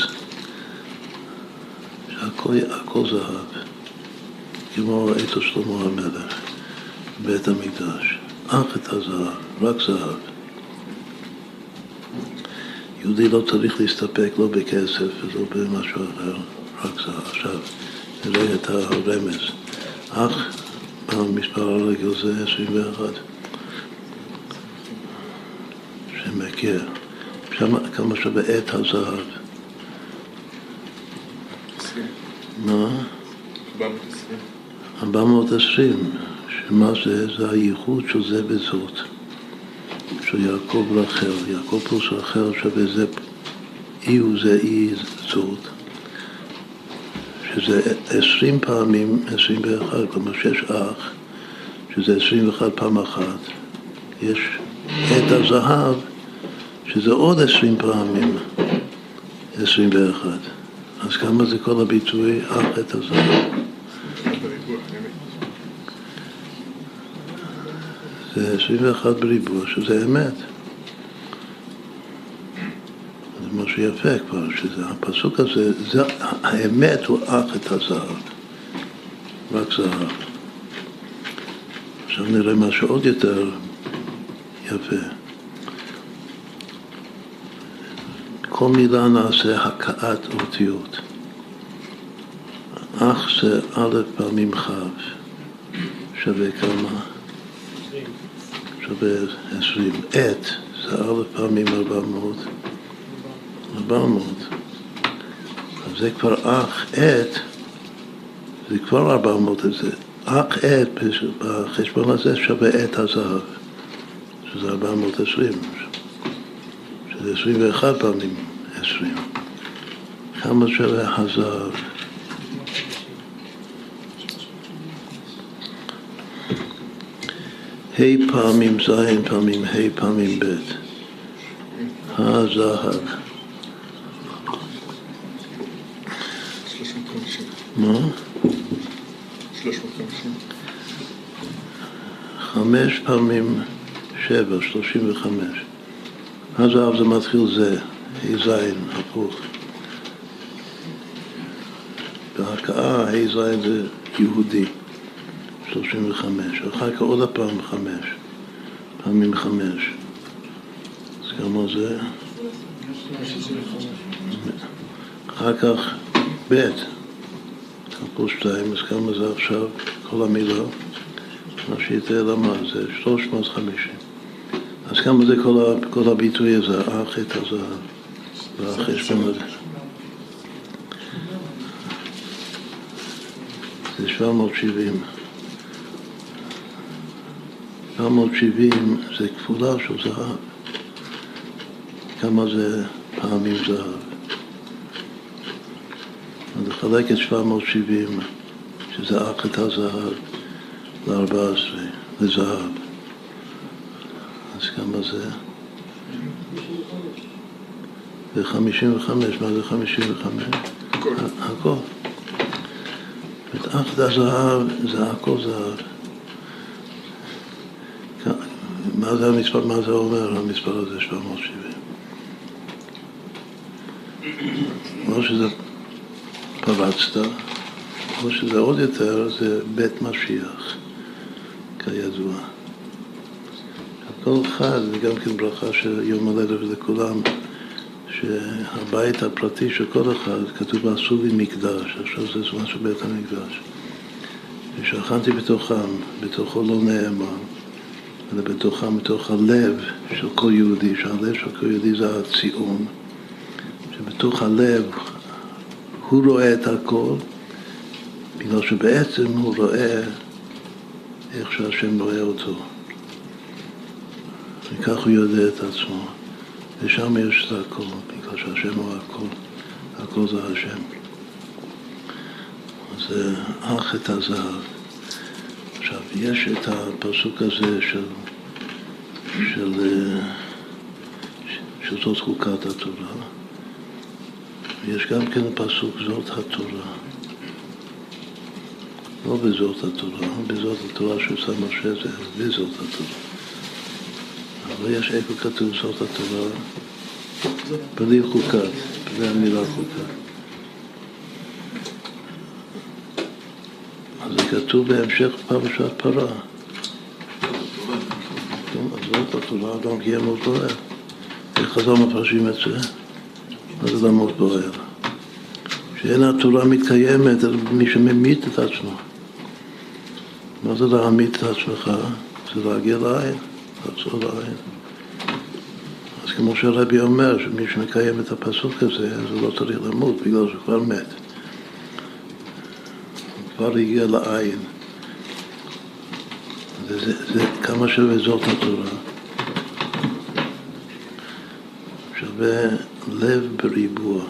שהכל הכל זהב, כמו עצות שלמה המלך, בית המקדש. אחת הזהב, רק זהב. יהודי לא צריך להסתפק לא בכסף ולא במשהו אחר, רק זהב. עכשיו, נראה את הרמז. אך, במספר הרגל זה עשרים ואחת. שמכיר. כמה שווה את הזהב? מה? ארבע מאות ועשרים. שמה זה? זה הייחוד של זה וזאת. של יעקב רחל. יעקב פלוס רחל שווה זה אי וזה אי זאת. שזה עשרים פעמים, עשרים ואחת. כלומר שיש אח, שזה עשרים ואחת פעם אחת. יש את הזהב, שזה עוד עשרים פעמים, עשרים ואחת. אז כמה זה כל הביטוי? אך את הזהב. זה עשרים ואחת בריבוע, שזה אמת. זה משהו יפה כבר, שזה הפסוק הזה, זה, האמת הוא אך את הזהב. רק זהב. עכשיו נראה משהו עוד יותר יפה. כל מילה נעשה הקעת אותיות. אך זה א' פעמים ח' שווה כמה? שווה עשרים. את זה א' פעמים ארבע מאות. ארבע מאות. אז זה כבר אך את, זה כבר ארבע מאות. זה אך את בחשבון הזה שווה את הזהב. שזה ארבע מאות ועשרים. שזה עשרים ואחת פעמים עשרים. כמה שווה הזהב? ה' פעמים ז' פעמים ה' פעמים ב'. הזהב. שלוש מאות וחמישים. מה? שלוש מאות וחמישים. חמש פעמים שבע, שלושים וחמש. הזהב זה מתחיל זה, ה' זין, הפוך. בהקעה, ה' זין זה יהודי, שלושים וחמש. אחר כך עוד הפעם חמש, פעמים חמש. אז כמה זה? אחר כך ב', כפול שתיים, אז כמה זה עכשיו? כל המילה, מה שיתאר למה, זה שלוש מאות וחמישים. אז כמה זה כל, ה, כל הביטוי הזה, אך את הזהב, והחשבון הזה. זה שבע מאות שבעים. שבע מאות שבעים זה כפולה של זהב. כמה זה פעמים זהב. אז לחלק את שבע מאות שבעים, שזה אך את הזהב, ל-ארבע עשרה, לזהב. אז כמה זה? זה חמישים וחמש. מה זה חמישים וחמש? הכל. הכל. את אחת הזהב זה הכל זהב. מה זה המספר? מה זה אומר? המספר הזה שבע מאות שבעים. או שזה פרצת, או שזה עוד יותר, זה בית משיח, כידוע. כל אחד, וגם כן ברכה של יום הולדת לכולם, שהבית הפרטי של כל אחד כתוב עשו לי מקדש, עכשיו זה זמן של בית המקדש. ושכנתי בתוכם, בתוכו לא נאמר, אלא בתוכם, בתוך הלב של כל יהודי, שהלב של כל יהודי זה הציון, שבתוך הלב הוא רואה את הכל, בגלל שבעצם הוא רואה איך שהשם רואה אותו. וכך הוא יודע את עצמו. ושם יש את הכל, בגלל שהשם הוא הכל. הכל זה השם. אז זה אך את הזהב. עכשיו, יש את הפסוק הזה של של, שזאת חוקת התורה. ויש גם כן פסוק זאת התורה. לא בזאת התורה, בזאת התורה שעושה משה זה בזאת התורה. אבל יש איפה כתוב זאת התורה, בלי חוקת, בלי המילה חוקת. אז זה כתוב בהמשך פרשת פרה. אז זאת התורה, אדם קיים עוד בוער. איך חז"ל מפרשים את זה? מה זה אדם עוד בוער? שאין התורה מתקיימת, מי שממית את עצמו. מה זה להמית את עצמך? זה להגיע לעין, לעצור לעין. אז כמו שהרבי אומר, שמי שמקיים את הפסוק הזה, אז הוא לא צריך למות, בגלל שהוא כבר מת. הוא כבר הגיע לעין. זה, זה, זה כמה שווה זאת התורה. שווה לב בריבוע.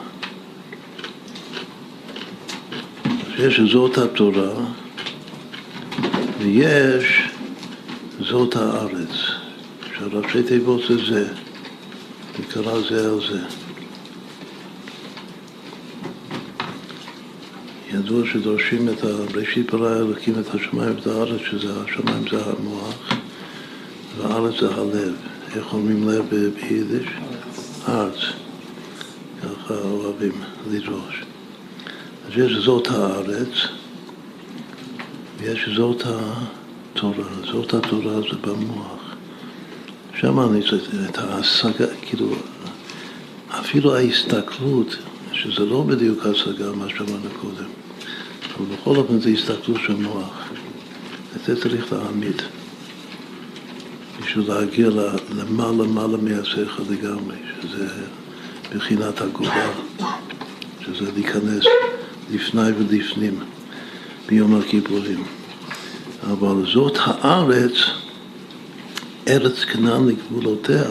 יש זאת התורה, ויש זאת הארץ, שהראשי תיבות זה זה, נקרא זה על זה. ידוע שדורשים את בראשית ברא אלוקים את השמיים ואת הארץ, שזה השמיים זה המוח, והארץ זה הלב. איך אומרים לב ביידיש? ארץ. ככה אוהבים לדרוש. אז יש זאת הארץ, ויש זאת התורה. זאת התורה זה במוח. שם אני צריך את ההשגה, כאילו, אפילו ההסתכלות, שזה לא בדיוק השגה, מה שאמרנו קודם, אבל בכל אופן זה הסתכלות של מוח. את זה צריך להעמיד. בשביל להגיע למעלה, למעלה מהשכל לגמרי, שזה בחינת הגולה, שזה להיכנס לפני ולפנים ביום הכיפורים. אבל זאת הארץ, ארץ כנען לגבולותיה.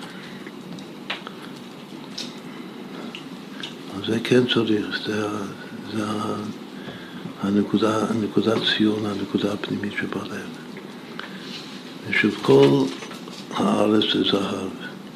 אז זה כן צריך, זה, זה הנקודה, הנקודת ציון, הנקודה הפנימית שבלב. ושוב, כל הארץ זה זהב.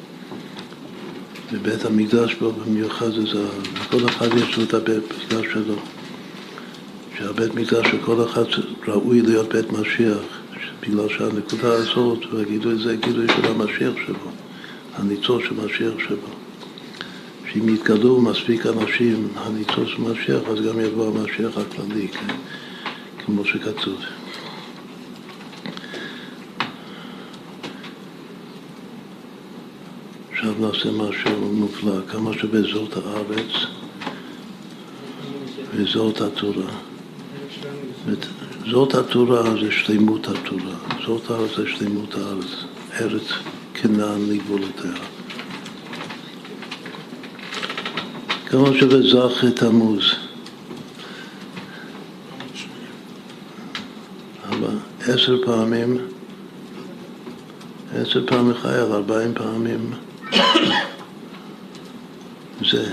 בבית המקדש בו במיוחד זה זהב. וכל אחד יש לו את הבית מקדש שלו. שהבית מקדש של כל אחד ראוי להיות בית משיח. בגלל שהנקודה הזאת, והגידו את זה, גידו של המשיח שבו. הניצוץ של משיח שבו. שאם יתגלו מספיק אנשים, הניצוץ של משיח, אז גם יבוא המשיח הכללי, כן? כמו שכתוב. עכשיו נעשה משהו מופלא, כמה שבזאת הארץ וזאת התורה. זאת התורה זה שלמות התורה, זאת הארץ זה שלמות הארץ, ארץ כנען לגבולותיה. כמה שבזך תמוז. אבל עשר פעמים, עשר פעמים חייל, ארבעים פעמים זה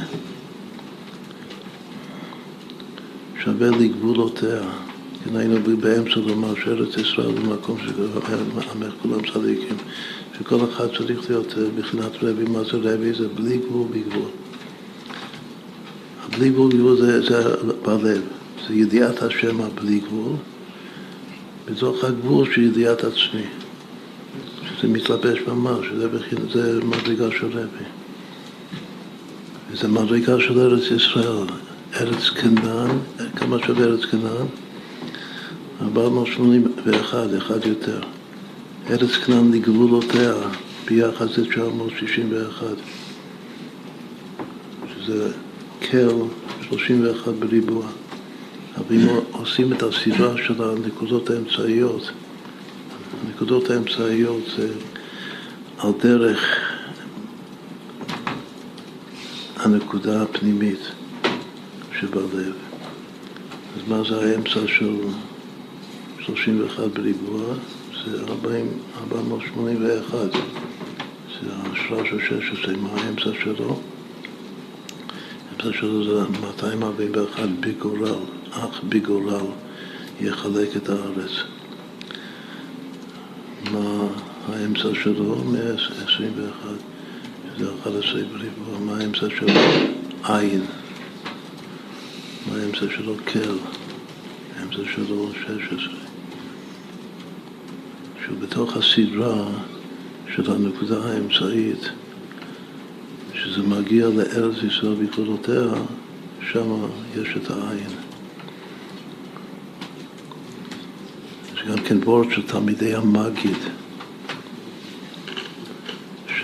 שווה לגבולותיה. כן, היינו באמצע לומר שארץ ישראל במקום שעמך כולם צדיקים, שכל אחד צריך להיות בחינת רבי. מה זה רבי? זה בלי גבול בגבול. בלי גבול בגבול זה, זה בלב, זה ידיעת השם בלי גבול, בתוך הגבול של ידיעת עצמי, שזה מתלבש ממש, שזה בחינת, זה מדרגה של רבי. וזה מדרגה של ארץ ישראל, ארץ כנען, כמה שווה ארץ כנען? ארבע מאות שמונים ואחת, אחד יותר. ארץ כנען לגבולותיה, ביחד זה תשע מאות שישים ואחת. שזה קל שלושים ואחת בריבוע. אבל אם עושים את הסדרה של הנקודות האמצעיות, הנקודות האמצעיות זה על דרך הנקודה הפנימית שבלב. אז מה זה האמצע של שלושים ואחת בריבוע? זה ארבע מאות שמונים ואחת. זה השלוש או שש עשרה. מה האמצע שלו? האמצע שלו זה מאתיים ארבעים ואחת בגורל. אך בגורל יחלק את הארץ. מה האמצע שלו, מאה עשרים ואחת, שזה אחד עשרה בריבוע. מה האמצע שלו? עין. מה האמצע שלו? כל. האמצע שלו שש עשרה. שהוא בתוך הסדרה של הנקודה האמצעית, שזה מגיע לארץ ישראל בגבולותיה, שם יש את העין. זה גם כן וורד של תלמידי המגיד, ש...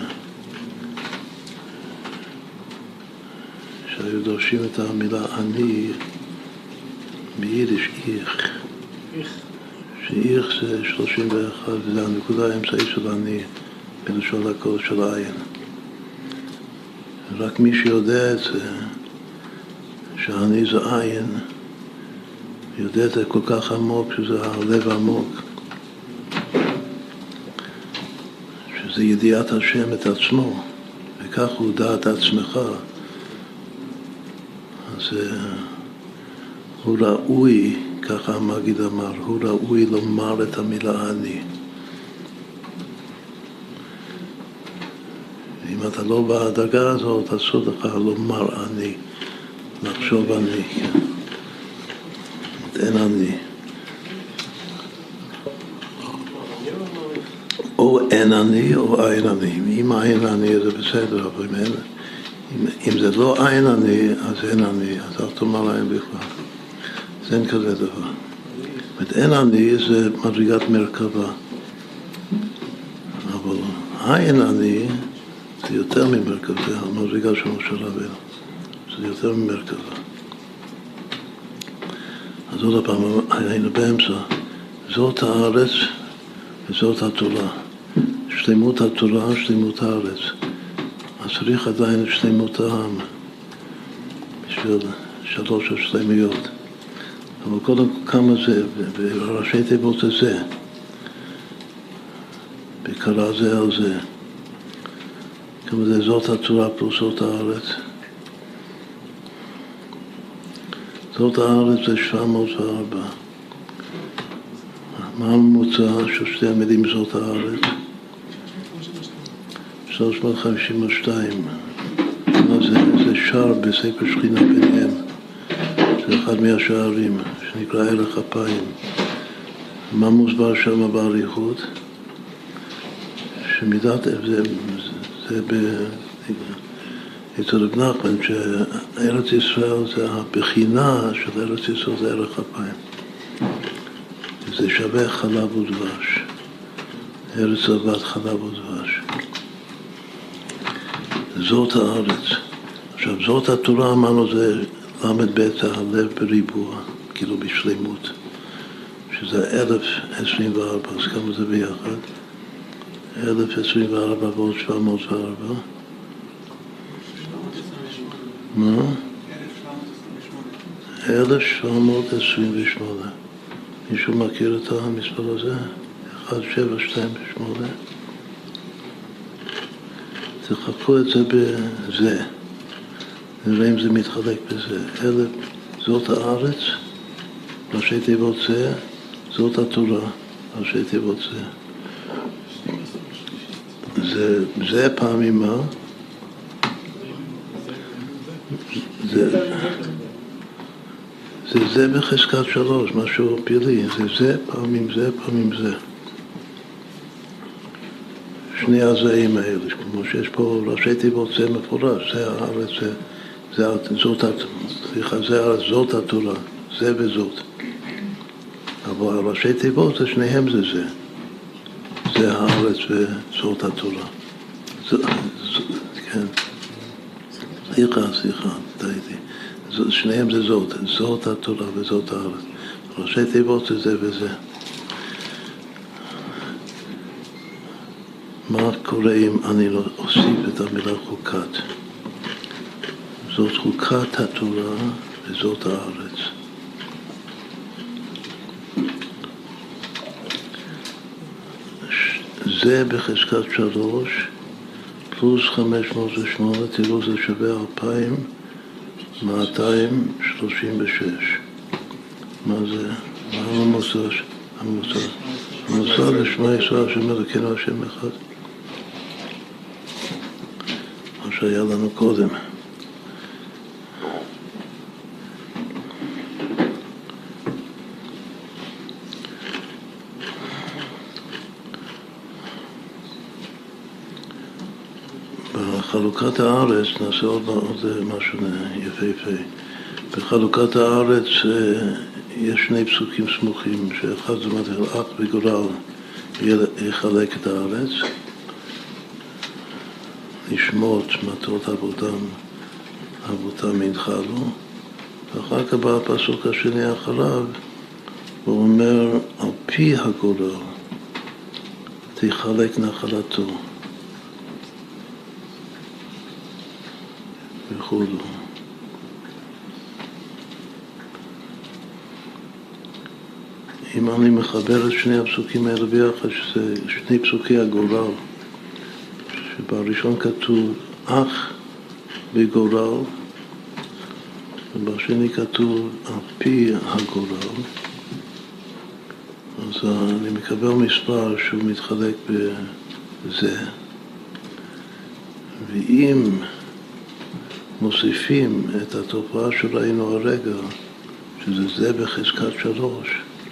שהיו דורשים את המילה אני ביידיש איך. שאיך זה שלושים ואחת, וזה הנקודה האמצעית של אני בלשון הקודש של העין. רק מי שיודע את זה, שאני זה עין, יודע את זה כל כך עמוק, שזה הלב עמוק, שזה ידיעת השם את עצמו, וכך הוא דעת עצמך. אז הוא ראוי, ככה המגיד אמר, הוא ראוי לומר את המילה אני. אם אתה לא בדרגה הזאת, אסור לך לומר אני, לחשוב אני, כן. אין אני. או אין אני או אין אני. אם אין אני זה בסדר, אבל אם, אין, אם, אם זה לא אין אני, אז אין אני, אז אל תאמר להם בכלל. אז אין כזה דבר. אין אני זה מדרגת מרכבה. אבל אין אני זה יותר ממרכבה, זה המדרגה של משה רבנו. זה יותר ממרכבה. אז עוד פעם, היינו באמצע. זאת הארץ וזאת התורה. שלמות התורה, שלמות הארץ. אז צריך עדיין את שלמות העם. בשביל שלוש השלמיות. אבל קודם כמה זה, בראשי תיבות זה זה. בקרא זה על זה. כמה זה זאת התורה פלוס זאת הארץ. זאת הארץ זה שבע מאות וארבע. מה הממוצע של שתי המילים זאת הארץ? שלוש מאות חמישים ושתיים. מה זה? זה שער בספר שכינה ביניהם. זה אחד מהשערים שנקרא הלך אפיים. מה מוסבר שם באריכות? שמידת זה, זה ב... אצל רב נחמן, שארץ ישראל זה הבחינה של ארץ ישראל זה הלך אפיים. זה שווה חלב ודבש. ארץ זבת חלב ודבש. זאת הארץ. עכשיו, זאת התורה, אמרנו, זה למד בית הלב בריבוע, כאילו בשלימות. שזה אלף עשרים וארבע, אז כמה זה ביחד? אלף עשרים וארבע ועוד שבע מאות וארבע. מה? אלף שבע מאות עשרים ושמונה. מישהו מכיר את המספר הזה? אחת שבע שתיים שמונה. תחלקו את זה בזה. נראה אם זה מתחלק בזה. אלף, זאת הארץ, ראשי תיבות זה, זאת התורה, ראשי תיבות זה. זה, זה פעמים מה? זה, זה זה בחזקת שלוש, משהו פילי, זה זה פעמים זה, פעמים זה. שני הזעים האלה, כמו שיש פה ראשי תיבות זה מפורש, זה הארץ, זה, זה, זאת, סליחה, זה הארץ, זאת התורה, זה וזאת. אבל הראשי תיבות זה שניהם זה זה. זה הארץ וזאת התורה. זה, זה, כן. סליחה, סליחה, דייתי. שניהם זה זאת, זאת התורה וזאת הארץ. ראשי תיבות זה זה וזה. מה קורה אם אני לא אוסיף את המילה חוקת? זאת חוקת התורה וזאת הארץ. זה בחזקת שלוש פלוס חמש מאות ושמונה, תראו זה שווה אלפיים מאתיים שלושים ושש. מה זה? מה הממוצע? הממוצע עשה לשמע ישראל השם אלוקינו השם אחד. מה שהיה לנו קודם. בחלוקת הארץ, נעשה עוד, עוד משהו יפהפה. בחלוקת הארץ יש שני פסוקים סמוכים, שאחד זה מתחיל אך וגורל יחלק את הארץ, לשמות מטות עבודם, עבודם ינחלו, ואחר כך בא הפסוק השני אחריו, הוא אומר, על פי הגורל תחלק נחלתו. וכו'. אם אני מחבר את שני הפסוקים האלה ביחד, שזה שני פסוקי הגורל, שבראשון כתוב אך בגורל, ובשני כתוב על פי הגורל, אז אני מקבל מספר שהוא מתחלק בזה, ואם מוסיפים את התופעה שראינו הרגע, שזה זה בחזקת שלוש,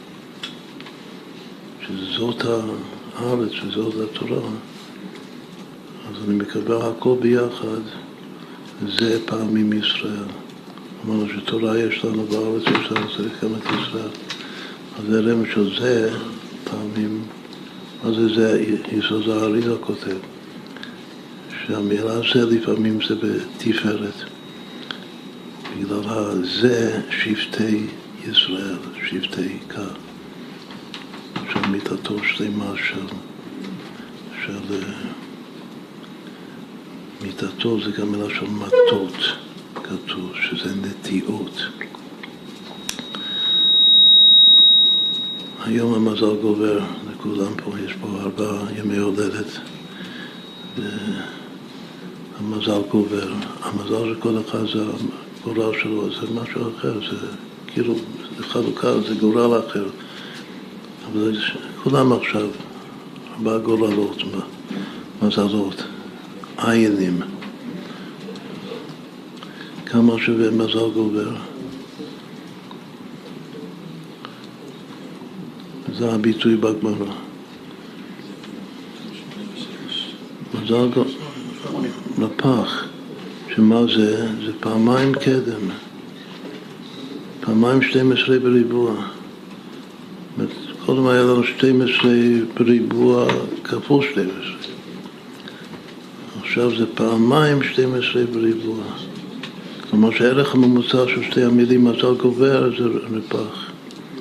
שזאת הארץ וזאת התורה, אז אני מקבל הכל ביחד, זה פעמים ישראל. אמרנו שתורה יש לנו בארץ, יש לנו צריך גם את ישראל. אז זה רמז של זה פעמים, מה זה זה? יסוד האריזה כותב. שהמילה זה לפעמים זה בתפארת. בגלל הזה שבטי ישראל, שבטי כך. של מיתתו שלמה של, של מיתתו זה גם מילה של מטות, כתוב שזה נטיעות. היום המזל גובר לכולם פה, יש פה ארבעה ימי הולדת. המזל גובר. המזל של כל אחד זה הגורל שלו, זה משהו אחר, זה כאילו, זה חלוקה, זה גורל אחר. אבל כולם עכשיו, ארבעה גורלות, מזלות, עיינים. כמה שווה מזל גובר? זה הביטוי בגמרא. מזל גובר, לפח, שמה זה? זה פעמיים קדם. פעמיים שתים עשרה בריבוע. קודם היה לנו שתים עשרה בריבוע כפול שתים עשרה. עכשיו זה פעמיים שתים עשרה בריבוע. כלומר שהערך הממוצע של שתי המילים מזל גובר זה רפח.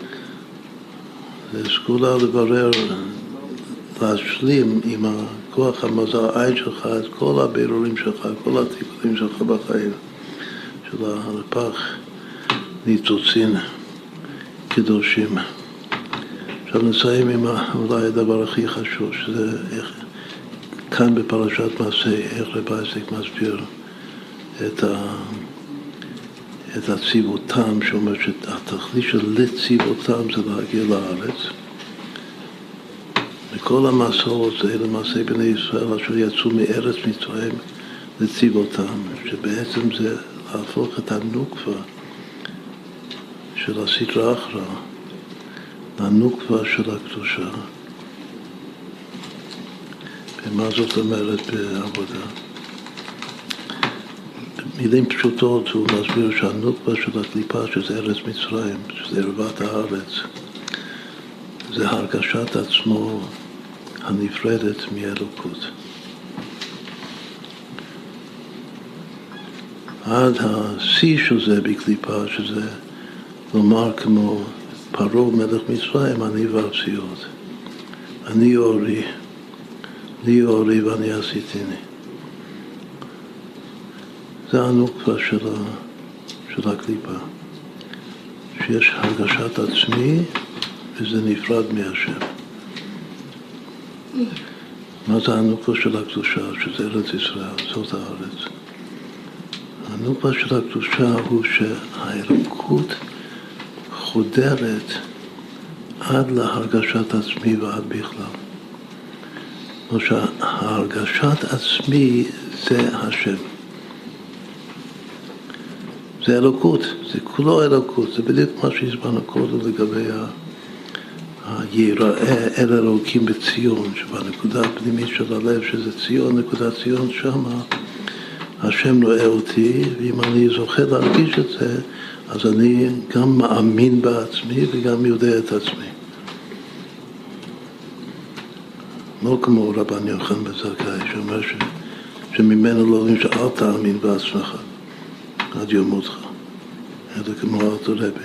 זה סגולה לברר, להשלים עם הכוח המזל העין שלך את כל הבירורים שלך, כל הטיפולים שלך בחיים של הרפח ניצוצין קדושים. עכשיו נסיים עם אולי הדבר הכי חשוב, שזה איך, כאן בפרשת מעשה, איך רב אייזק מסביר את, ה, את הציוותם, שאומר שהתכלית של לציוותם זה להגיע לארץ. וכל המסעות זה למעשה בני ישראל אשר יצאו מארץ מצרים לציוותם, שבעצם זה להפוך את הנוקבה של הסדרה אחרא, הנוקבה של הקדושה. ומה זאת אומרת בעבודה? במילים פשוטות הוא מסביר שהנוקבה של הקליפה, שזה ארץ מצרים, שזה ערוות הארץ, זה הרגשת עצמו הנפרדת מאלוקות. עד השיא של זה בקליפה, שזה לומר כמו פרעה מלך מצרים, אני וארציות. אני אורי, לי אורי ואני עשיתיני. זה הנוקבה של, של הקליפה. שיש הרגשת עצמי וזה נפרד מהשם. מה זה הנוקבה של הקדושה? שזה ארץ ישראל, זאת הארץ. הנוקבה של הקדושה הוא שהאלוקות חודרת עד להרגשת עצמי ועד בכלל. כמו שההרגשת עצמי זה השם. זה אלוקות, זה כולו אלוקות, זה בדיוק מה שהסברנו קודם לגבי היראה אל אלוקים בציון, שבנקודה הפנימית של הלב, שזה ציון, נקודת ציון שמה, השם רואה אותי, ואם אני זוכה להרגיש את זה, אז אני גם מאמין בעצמי וגם יודע את עצמי. לא כמו רבן יוחנן בן זכאי, שאומר ש... שממנו לא אומרים שאל תאמין בעצמך עד יום מותך, אלא כמו אותו רבי.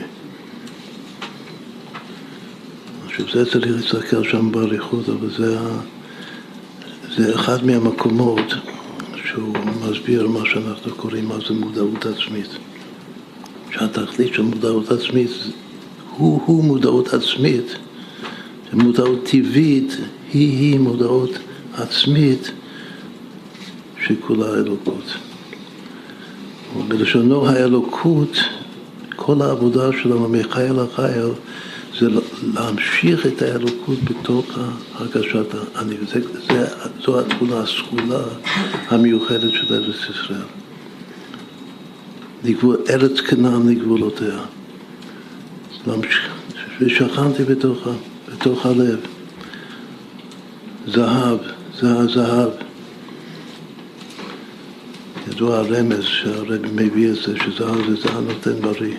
עכשיו זה צריך להסתכל שם באריכות, אבל זה, זה אחד מהמקומות שהוא מסביר מה שאנחנו קוראים מה זה מודעות עצמית. שהתכלית של מודעות עצמית הוא, הוא מודעות עצמית, מודעות טבעית היא היא מודעות עצמית שכולה אלוקות. בלשונו האלוקות, כל העבודה שלנו מחיל לחייל זה להמשיך את האלוקות בתוך הרגשת אני. זה, זה, זו התכונה הסגולה המיוחדת של ארץ ישראל. לגבול, ארץ כנען לגבולותיה. ושכנתי בתוכה, בתוך הלב. זהב, זה הזהב. ידוע הרמז שהרב מביא את זה, שזהב זה זהב נותן בריא.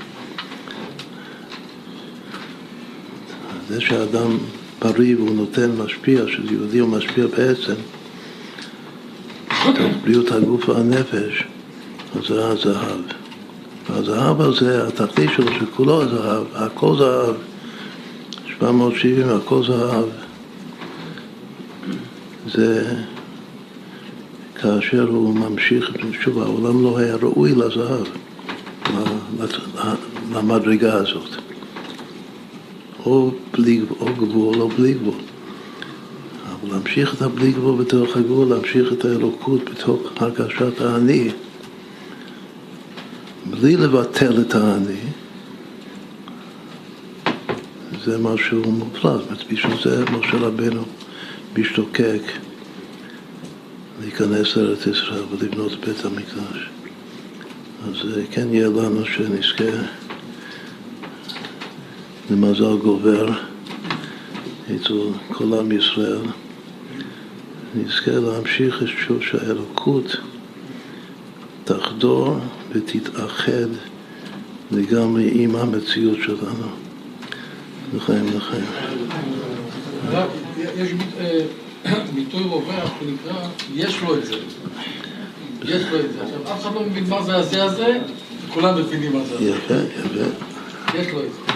זה שהאדם בריא והוא נותן משפיע, שזה יהודי הוא משפיע בעצם, תוך בריאות הגוף והנפש, אז זה הזהב. והזהב הזה, התכלית שלו שכולו הזהב, הכל זהב, שבע מאות שבעים, הכל זהב, זה כאשר הוא ממשיך, שוב, העולם לא היה ראוי לזהב, למדרגה הזאת. או בלי או גבול או בלי גבול. אבל להמשיך את הבלי גבול בתוך הגבול, להמשיך את האלוקות בתוך הרגשת האני, בלי לבטל את האני, זה משהו מופלא. בשביל זה משה רבנו משתוקק להיכנס לארץ ישראל ולבנות בית המקדש. אז כן יהיה לנו שנזכה למזל גובר אצל כל עם ישראל, נזכה להמשיך את שוש האלוקות, תחדור ותתאחד לגמרי עם המציאות שלנו. לחיים, לחיים. יש ביטוי רווח שנקרא, יש לו את זה. יש לו את זה. עכשיו, אף אחד לא מבין מה זה הזה הזה, כולם מבינים מה זה הזה. יפה, יפה. יש לו את זה.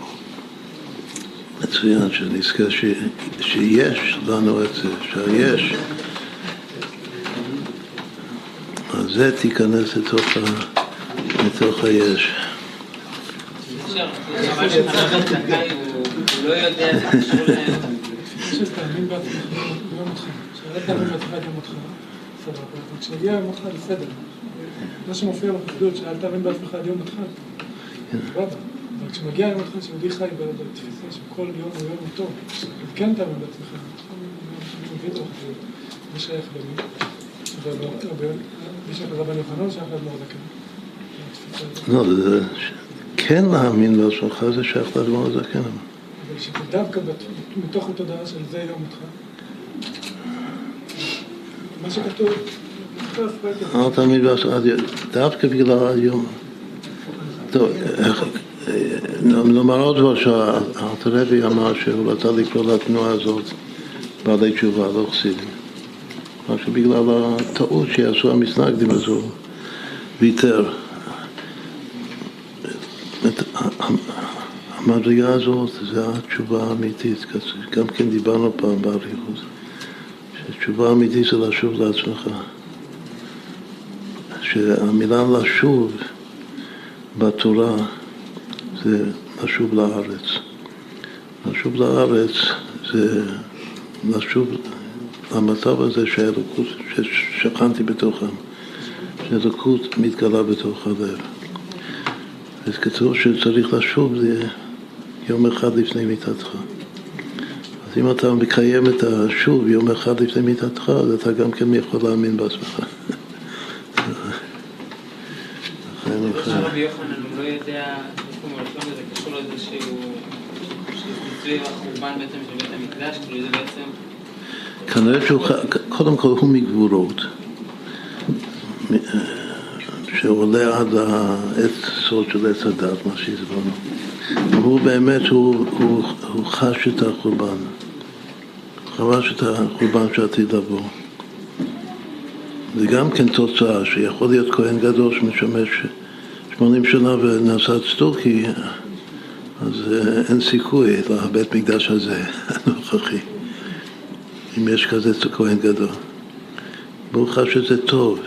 מצוין, שנזכר ש... שיש לנו את זה, שהיש. אז זה תיכנס לתוך, ה... לתוך היש. אבל שצריך לצקאי הוא לא יודע, זה קשור להם. שאל תאמין בעצמך יום אותך, שאל תאמין בעצמך יום אותך, סבבה, אבל כשנגיע יום אותך בסדר. מה שמופיע בחסידות, שאל תאמין בעצמך יום אותך, סבבה. אבל כשמגיע יום אותך, שיהודי חי בתפיסה שכל יום הוא יום אותו, כן תאמין בעצמך, אני מביא את החסידות, זה שייך למי, מי שייך לרבן יוחנן, שייך לאדמו"ר הזקן. לא, זה כן להאמין בעצמך, זה שייך לאדמו"ר הזקן. אבל שדווקא מתוך התודעה של זה יום אותך, מה שכתוב, אל תאמין בעצמך, דווקא בגלל היום. טוב, נאמר עוד דבר שהרבי אמר שהוא רצה לקרוא לתנועה הזאת בעלי תשובה, לא חסידים. רק שבגלל הטעות שיעשו המסנגדים הזו, ויתר. המדרגה הזאת זה התשובה האמיתית, גם כן דיברנו פעם באריכות, שתשובה אמיתית זה לשוב לעצמך. שהמילה לשוב בתורה זה לשוב לארץ. לשוב לארץ זה לשוב למצב הזה שהאלוקות, ששכנתי בתוכם, שהאלוקות מתגלה בתוך הלב. אז כתוב שצריך לשוב זה יום אחד לפני מיתתך. אז אם אתה מקיים את השוב יום אחד לפני מיתתך, אז אתה גם כן יכול להאמין בעצמך. רבי יוחנן הוא לא יודע, זה קשור לזה שהוא סביב החורבן בעצם של בית המקדש, כאילו זה בעצם... כנראה שהוא, קודם כל הוא מגבורות, שעולה עד העץ סוד של עץ הדת, מה שהסברנו. הוא באמת, הוא, הוא, הוא חש את החורבן, הוא חש את החורבן שעתיד לבוא. זה גם כן תוצאה שיכול להיות כהן גדול שמשמש שמונים שנה ונעשה צדוקי, אז אין סיכוי לבית מקדש הזה, הנוכחי, אם יש כזה כהן גדול. והוא חש שזה טוב.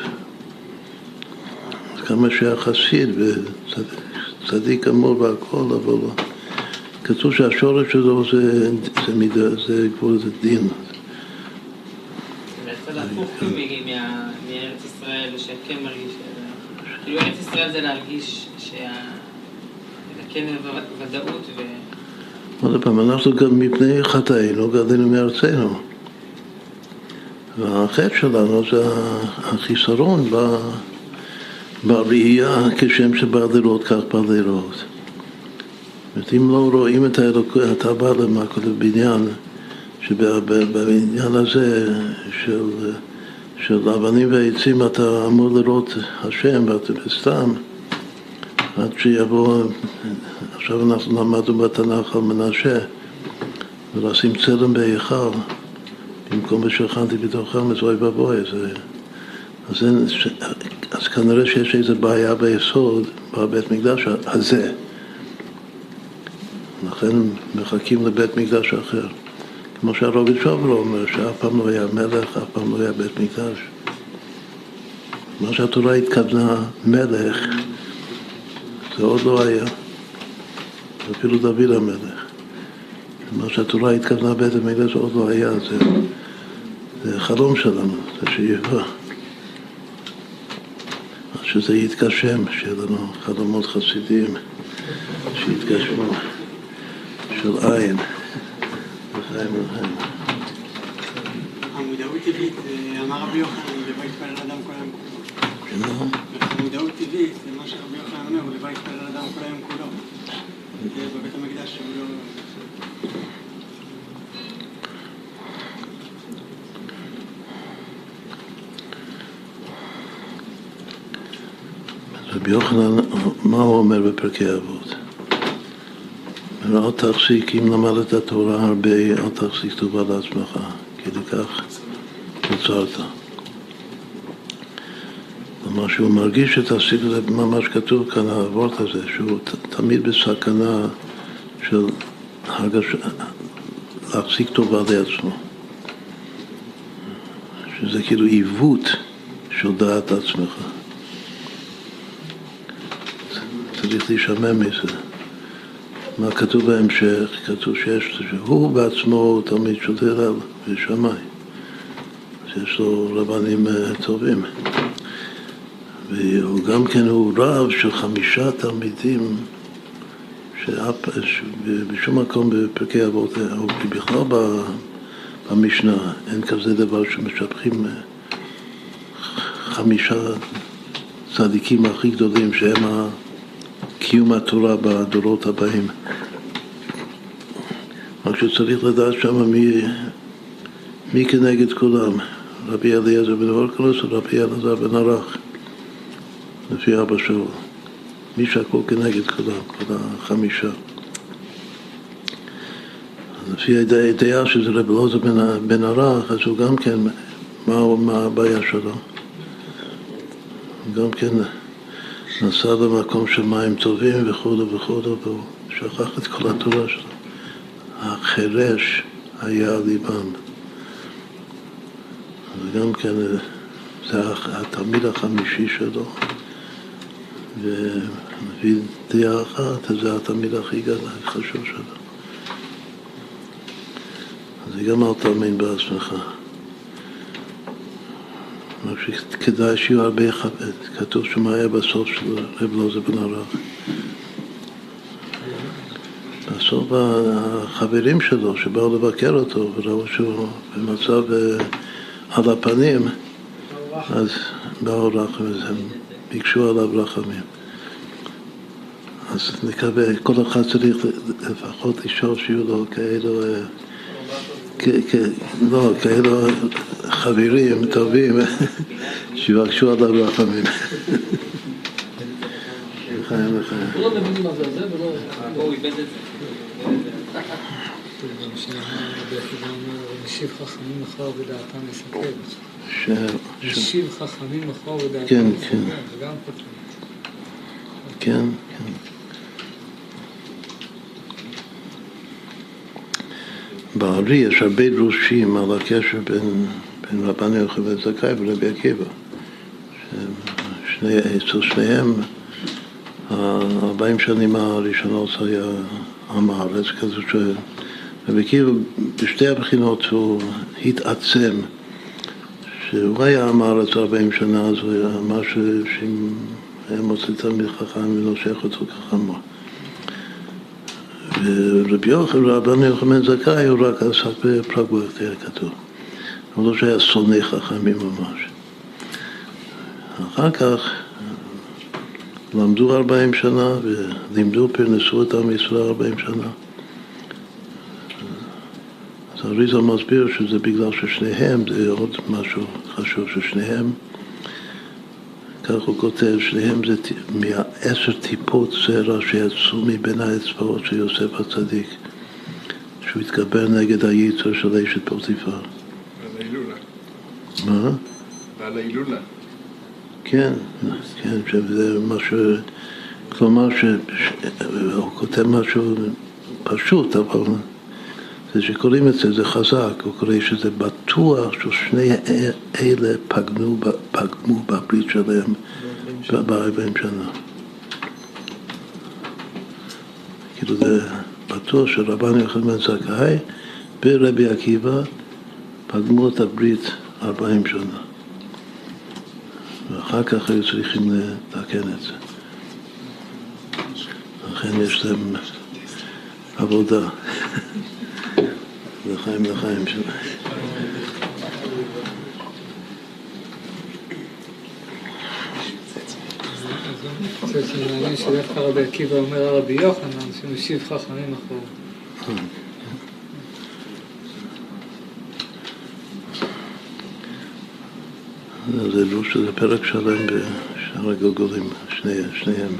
אז כמה שהיה חסיד וצדיק אמור והכל, אבל כתוב שהשורש שלו זה, זה, מידה, זה גבול, זה דין. זה להפוך מארץ ישראל, שכן מרגיש, כאילו ארץ ישראל זה להרגיש כן ודאות ו... עוד פעם, אנחנו גם מפני חטאינו גדלנו מארצנו. והחטא שלנו זה החיסרון בראייה כשם שבא לראות כך בא לראות. אם לא רואים את האלוקות, אתה בא למקום בבניין, שבעניין הזה של, של אבנים והעצים אתה אמור לראות השם ואתה בסתם, עד שיבוא, עכשיו אנחנו למדנו בתנ"ך על מנשה, ולשים צלם בהיכל, במקום בשכנתי בתוכם, אז אוי ואבוי, אז, אז, אז כנראה שיש איזו בעיה ביסוד בבית מקדש הזה. לכן מחכים לבית מקדש אחר. כמו שהרבי שובר אומר, שאף פעם לא היה מלך, אף פעם לא היה בית מקדש. מה שהתורה התכוונה מלך, זה עוד לא היה. אפילו דוד המלך. מה שהתורה התכוונה בית המקדש עוד לא היה. זה, זה חלום שלנו, זה שאיבה. שזה יתגשם, שיהיה לנו חלומות חסידים שיתגשמו של עין. לחיים ולחיים. המודעות טבעית, אמר רבי יוחנן, לבה יתפלל אדם כל היום כולו. המודעות טבעית, זה מה שרבי יוחנן אומר, הוא לבה יתפלל אדם כל היום כולו. בבית המקדש שהוא לא... רבי יוחנן, מה הוא אומר בפרקי אבות? אל תחזיק, אם למדת התורה הרבה, אל תחזיק טובה לעצמך, כי לכך נוצרת. מה שהוא מרגיש שתעסיק את זה ממש כתוב כאן, העברת הזה, שהוא תמיד בסכנה של הרגש, להחזיק טובה לעצמו. שזה כאילו עיוות של דעת עצמך. צריך להישמע מזה. מה כתוב בהמשך? כתוב שיש, שהוא בעצמו תמיד שודר על ושמי. שיש לו רבנים טובים. והוא גם כן הוא רב של חמישה תלמידים שבשום מקום בפרקי אבות, או בכלל במשנה, אין כזה דבר שמשבחים חמישה צדיקים הכי גדולים שהם קיום התורה בדורות הבאים. רק שצריך לדעת שם מי, מי כנגד כולם. רבי אליעזר בן הורקנוס ורבי אלעזר בן ערך. לפי אבא שלו. מי שקול כנגד כולם, כל החמישה. אז לפי הידיעה שזה רבי אלעזר בן, בן ערך, אז הוא גם כן, מה, מה הבעיה שלו? גם כן נסע למקום של מים טובים וכו' וכו', והוא שכח את כל התורה שלו. החרש היה על ליבם. וגם כן, זה התלמיד החמישי שלו. ולפי דעה אחת, זה התלמיד הכי גדול, הכי חשוב שלו. אז זה גם אל תאמין בעצמך. כדאי שיהיו הרבה חפת, כתוב שמה היה בסוף של רב אלעזר בן ערך. בסוף החברים שלו שבאו לבקר אותו וראו שהוא במצב על הפנים, אז באו רחמים, אז הם ביקשו עליו רחמים. אז נקווה, כל אחד צריך לפחות לשאול שיהיו לו כאלו, לא, כאלו חברים טובים שיבקשו עליו רחמים. לחיים, לחיים. הוא לא מבין מה זה זה ולא... הוא איבד את זה. גם שנאמר, משיב חכמים אחר ודעתם מסכם. משיב חכמים אחר ודעתם מסכם, זה גם כתוב. כן, כן. בארי יש הרבה דרושים על הקשר בין, בין רבן יוחנן בן זכאי ורבי עקיבא. שני, אצל שניהם, ארבעים שנים הראשונות היה עם הארץ, כזה שרבי עקיבא בשתי הבחינות הוא התעצם, שהוא היה עם הארץ ארבעים שנה, אז הוא היה משהו שאם היה מוצא תלמיד חכם ונושך אותו כחמור. ורבי יוחנן, רבן יוחנן בן זכאי, הוא רק עסק בפרגויות, היה כתוב. הוא לא שהיה שונא חכמים ממש. אחר כך למדו ארבעים שנה ולימדו, פרנסו את עם ישראל ארבעים שנה. אז אריזל מסביר שזה בגלל ששניהם, זה עוד משהו חשוב ששניהם, כך הוא כותב, שניהם זה מהעשר טיפות זרע שיצאו מבין האצבעות של יוסף הצדיק, שהוא התגבר נגד היצר של אשת פוטיפר. ועל ההילולה. מה? ועל ההילולה. כן, כן, שזה משהו, כלומר שהוא כותב משהו פשוט, אבל זה שקוראים את זה, זה חזק, הוא קורא שזה בטוח ששני אלה פגמו, פגמו בברית שלהם בארבעים שנה. כאילו זה בטוח שרבן יוחנן בן זכאי ורבי עקיבא פגמו את הברית ארבעים שנה. ואחר כך היו צריכים לתקן את זה. לכן יש להם עבודה. לחיים, לחיים שלהם. אני חושב שמעניין שדווקא רבי עקיבא אומר על רבי יוחנן, שמשיב חכמים אחור. זה לא שזה פרק שלם בשאר הגלגולים, שניהם.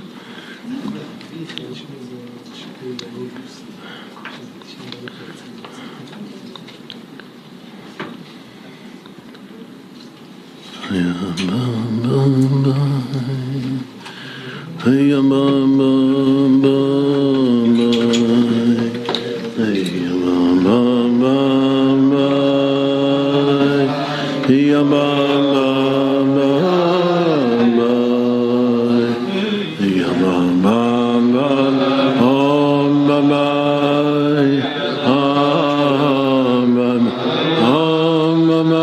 Hey, mama, mama, hey, mama, mama, hey, mama, mama, hey, mama, mama, oh, mama, oh, mama, oh, mama.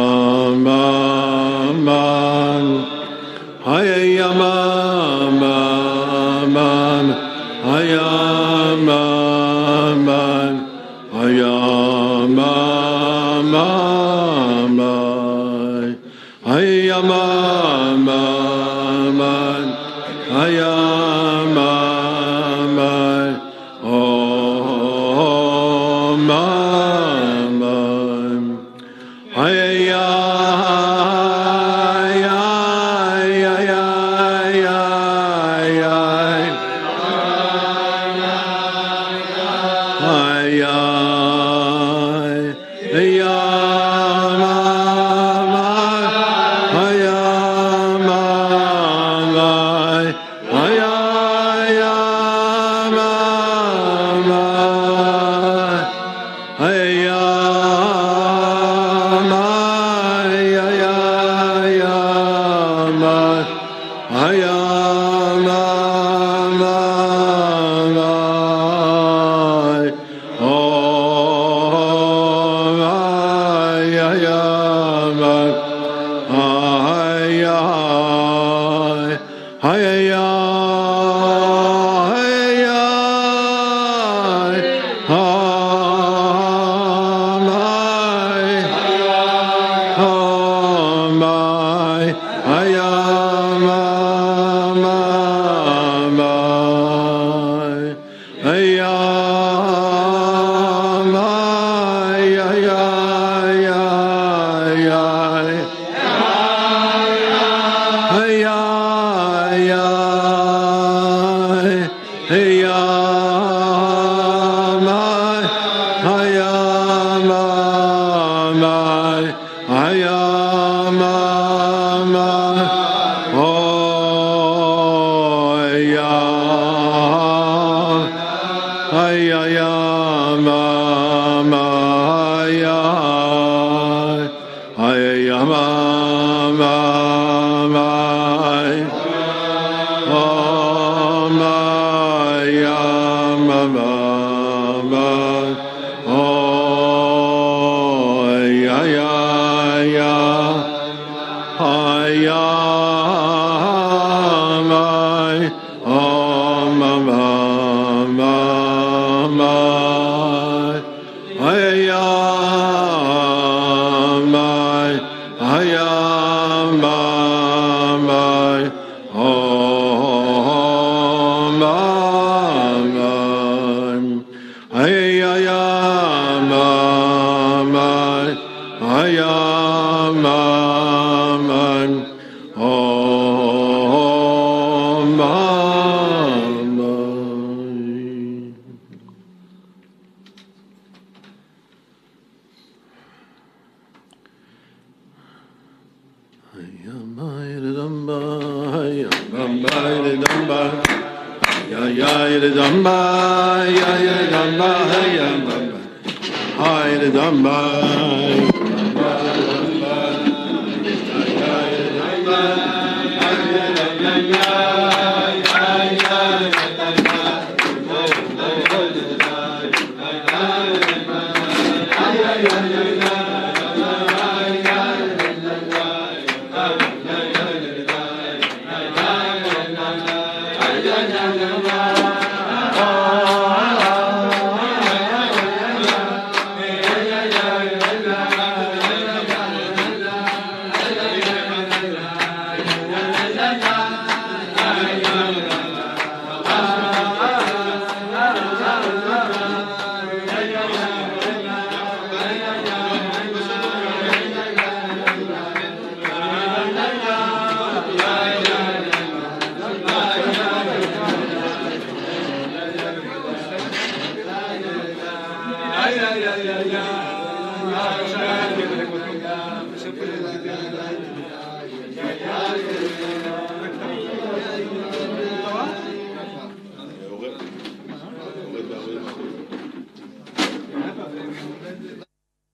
Mama, Hayamamamai, hayamamamai, hayamamai, oh mamai, ay, ay, ay, ay, ay, ay, ay, ay, ay, ay,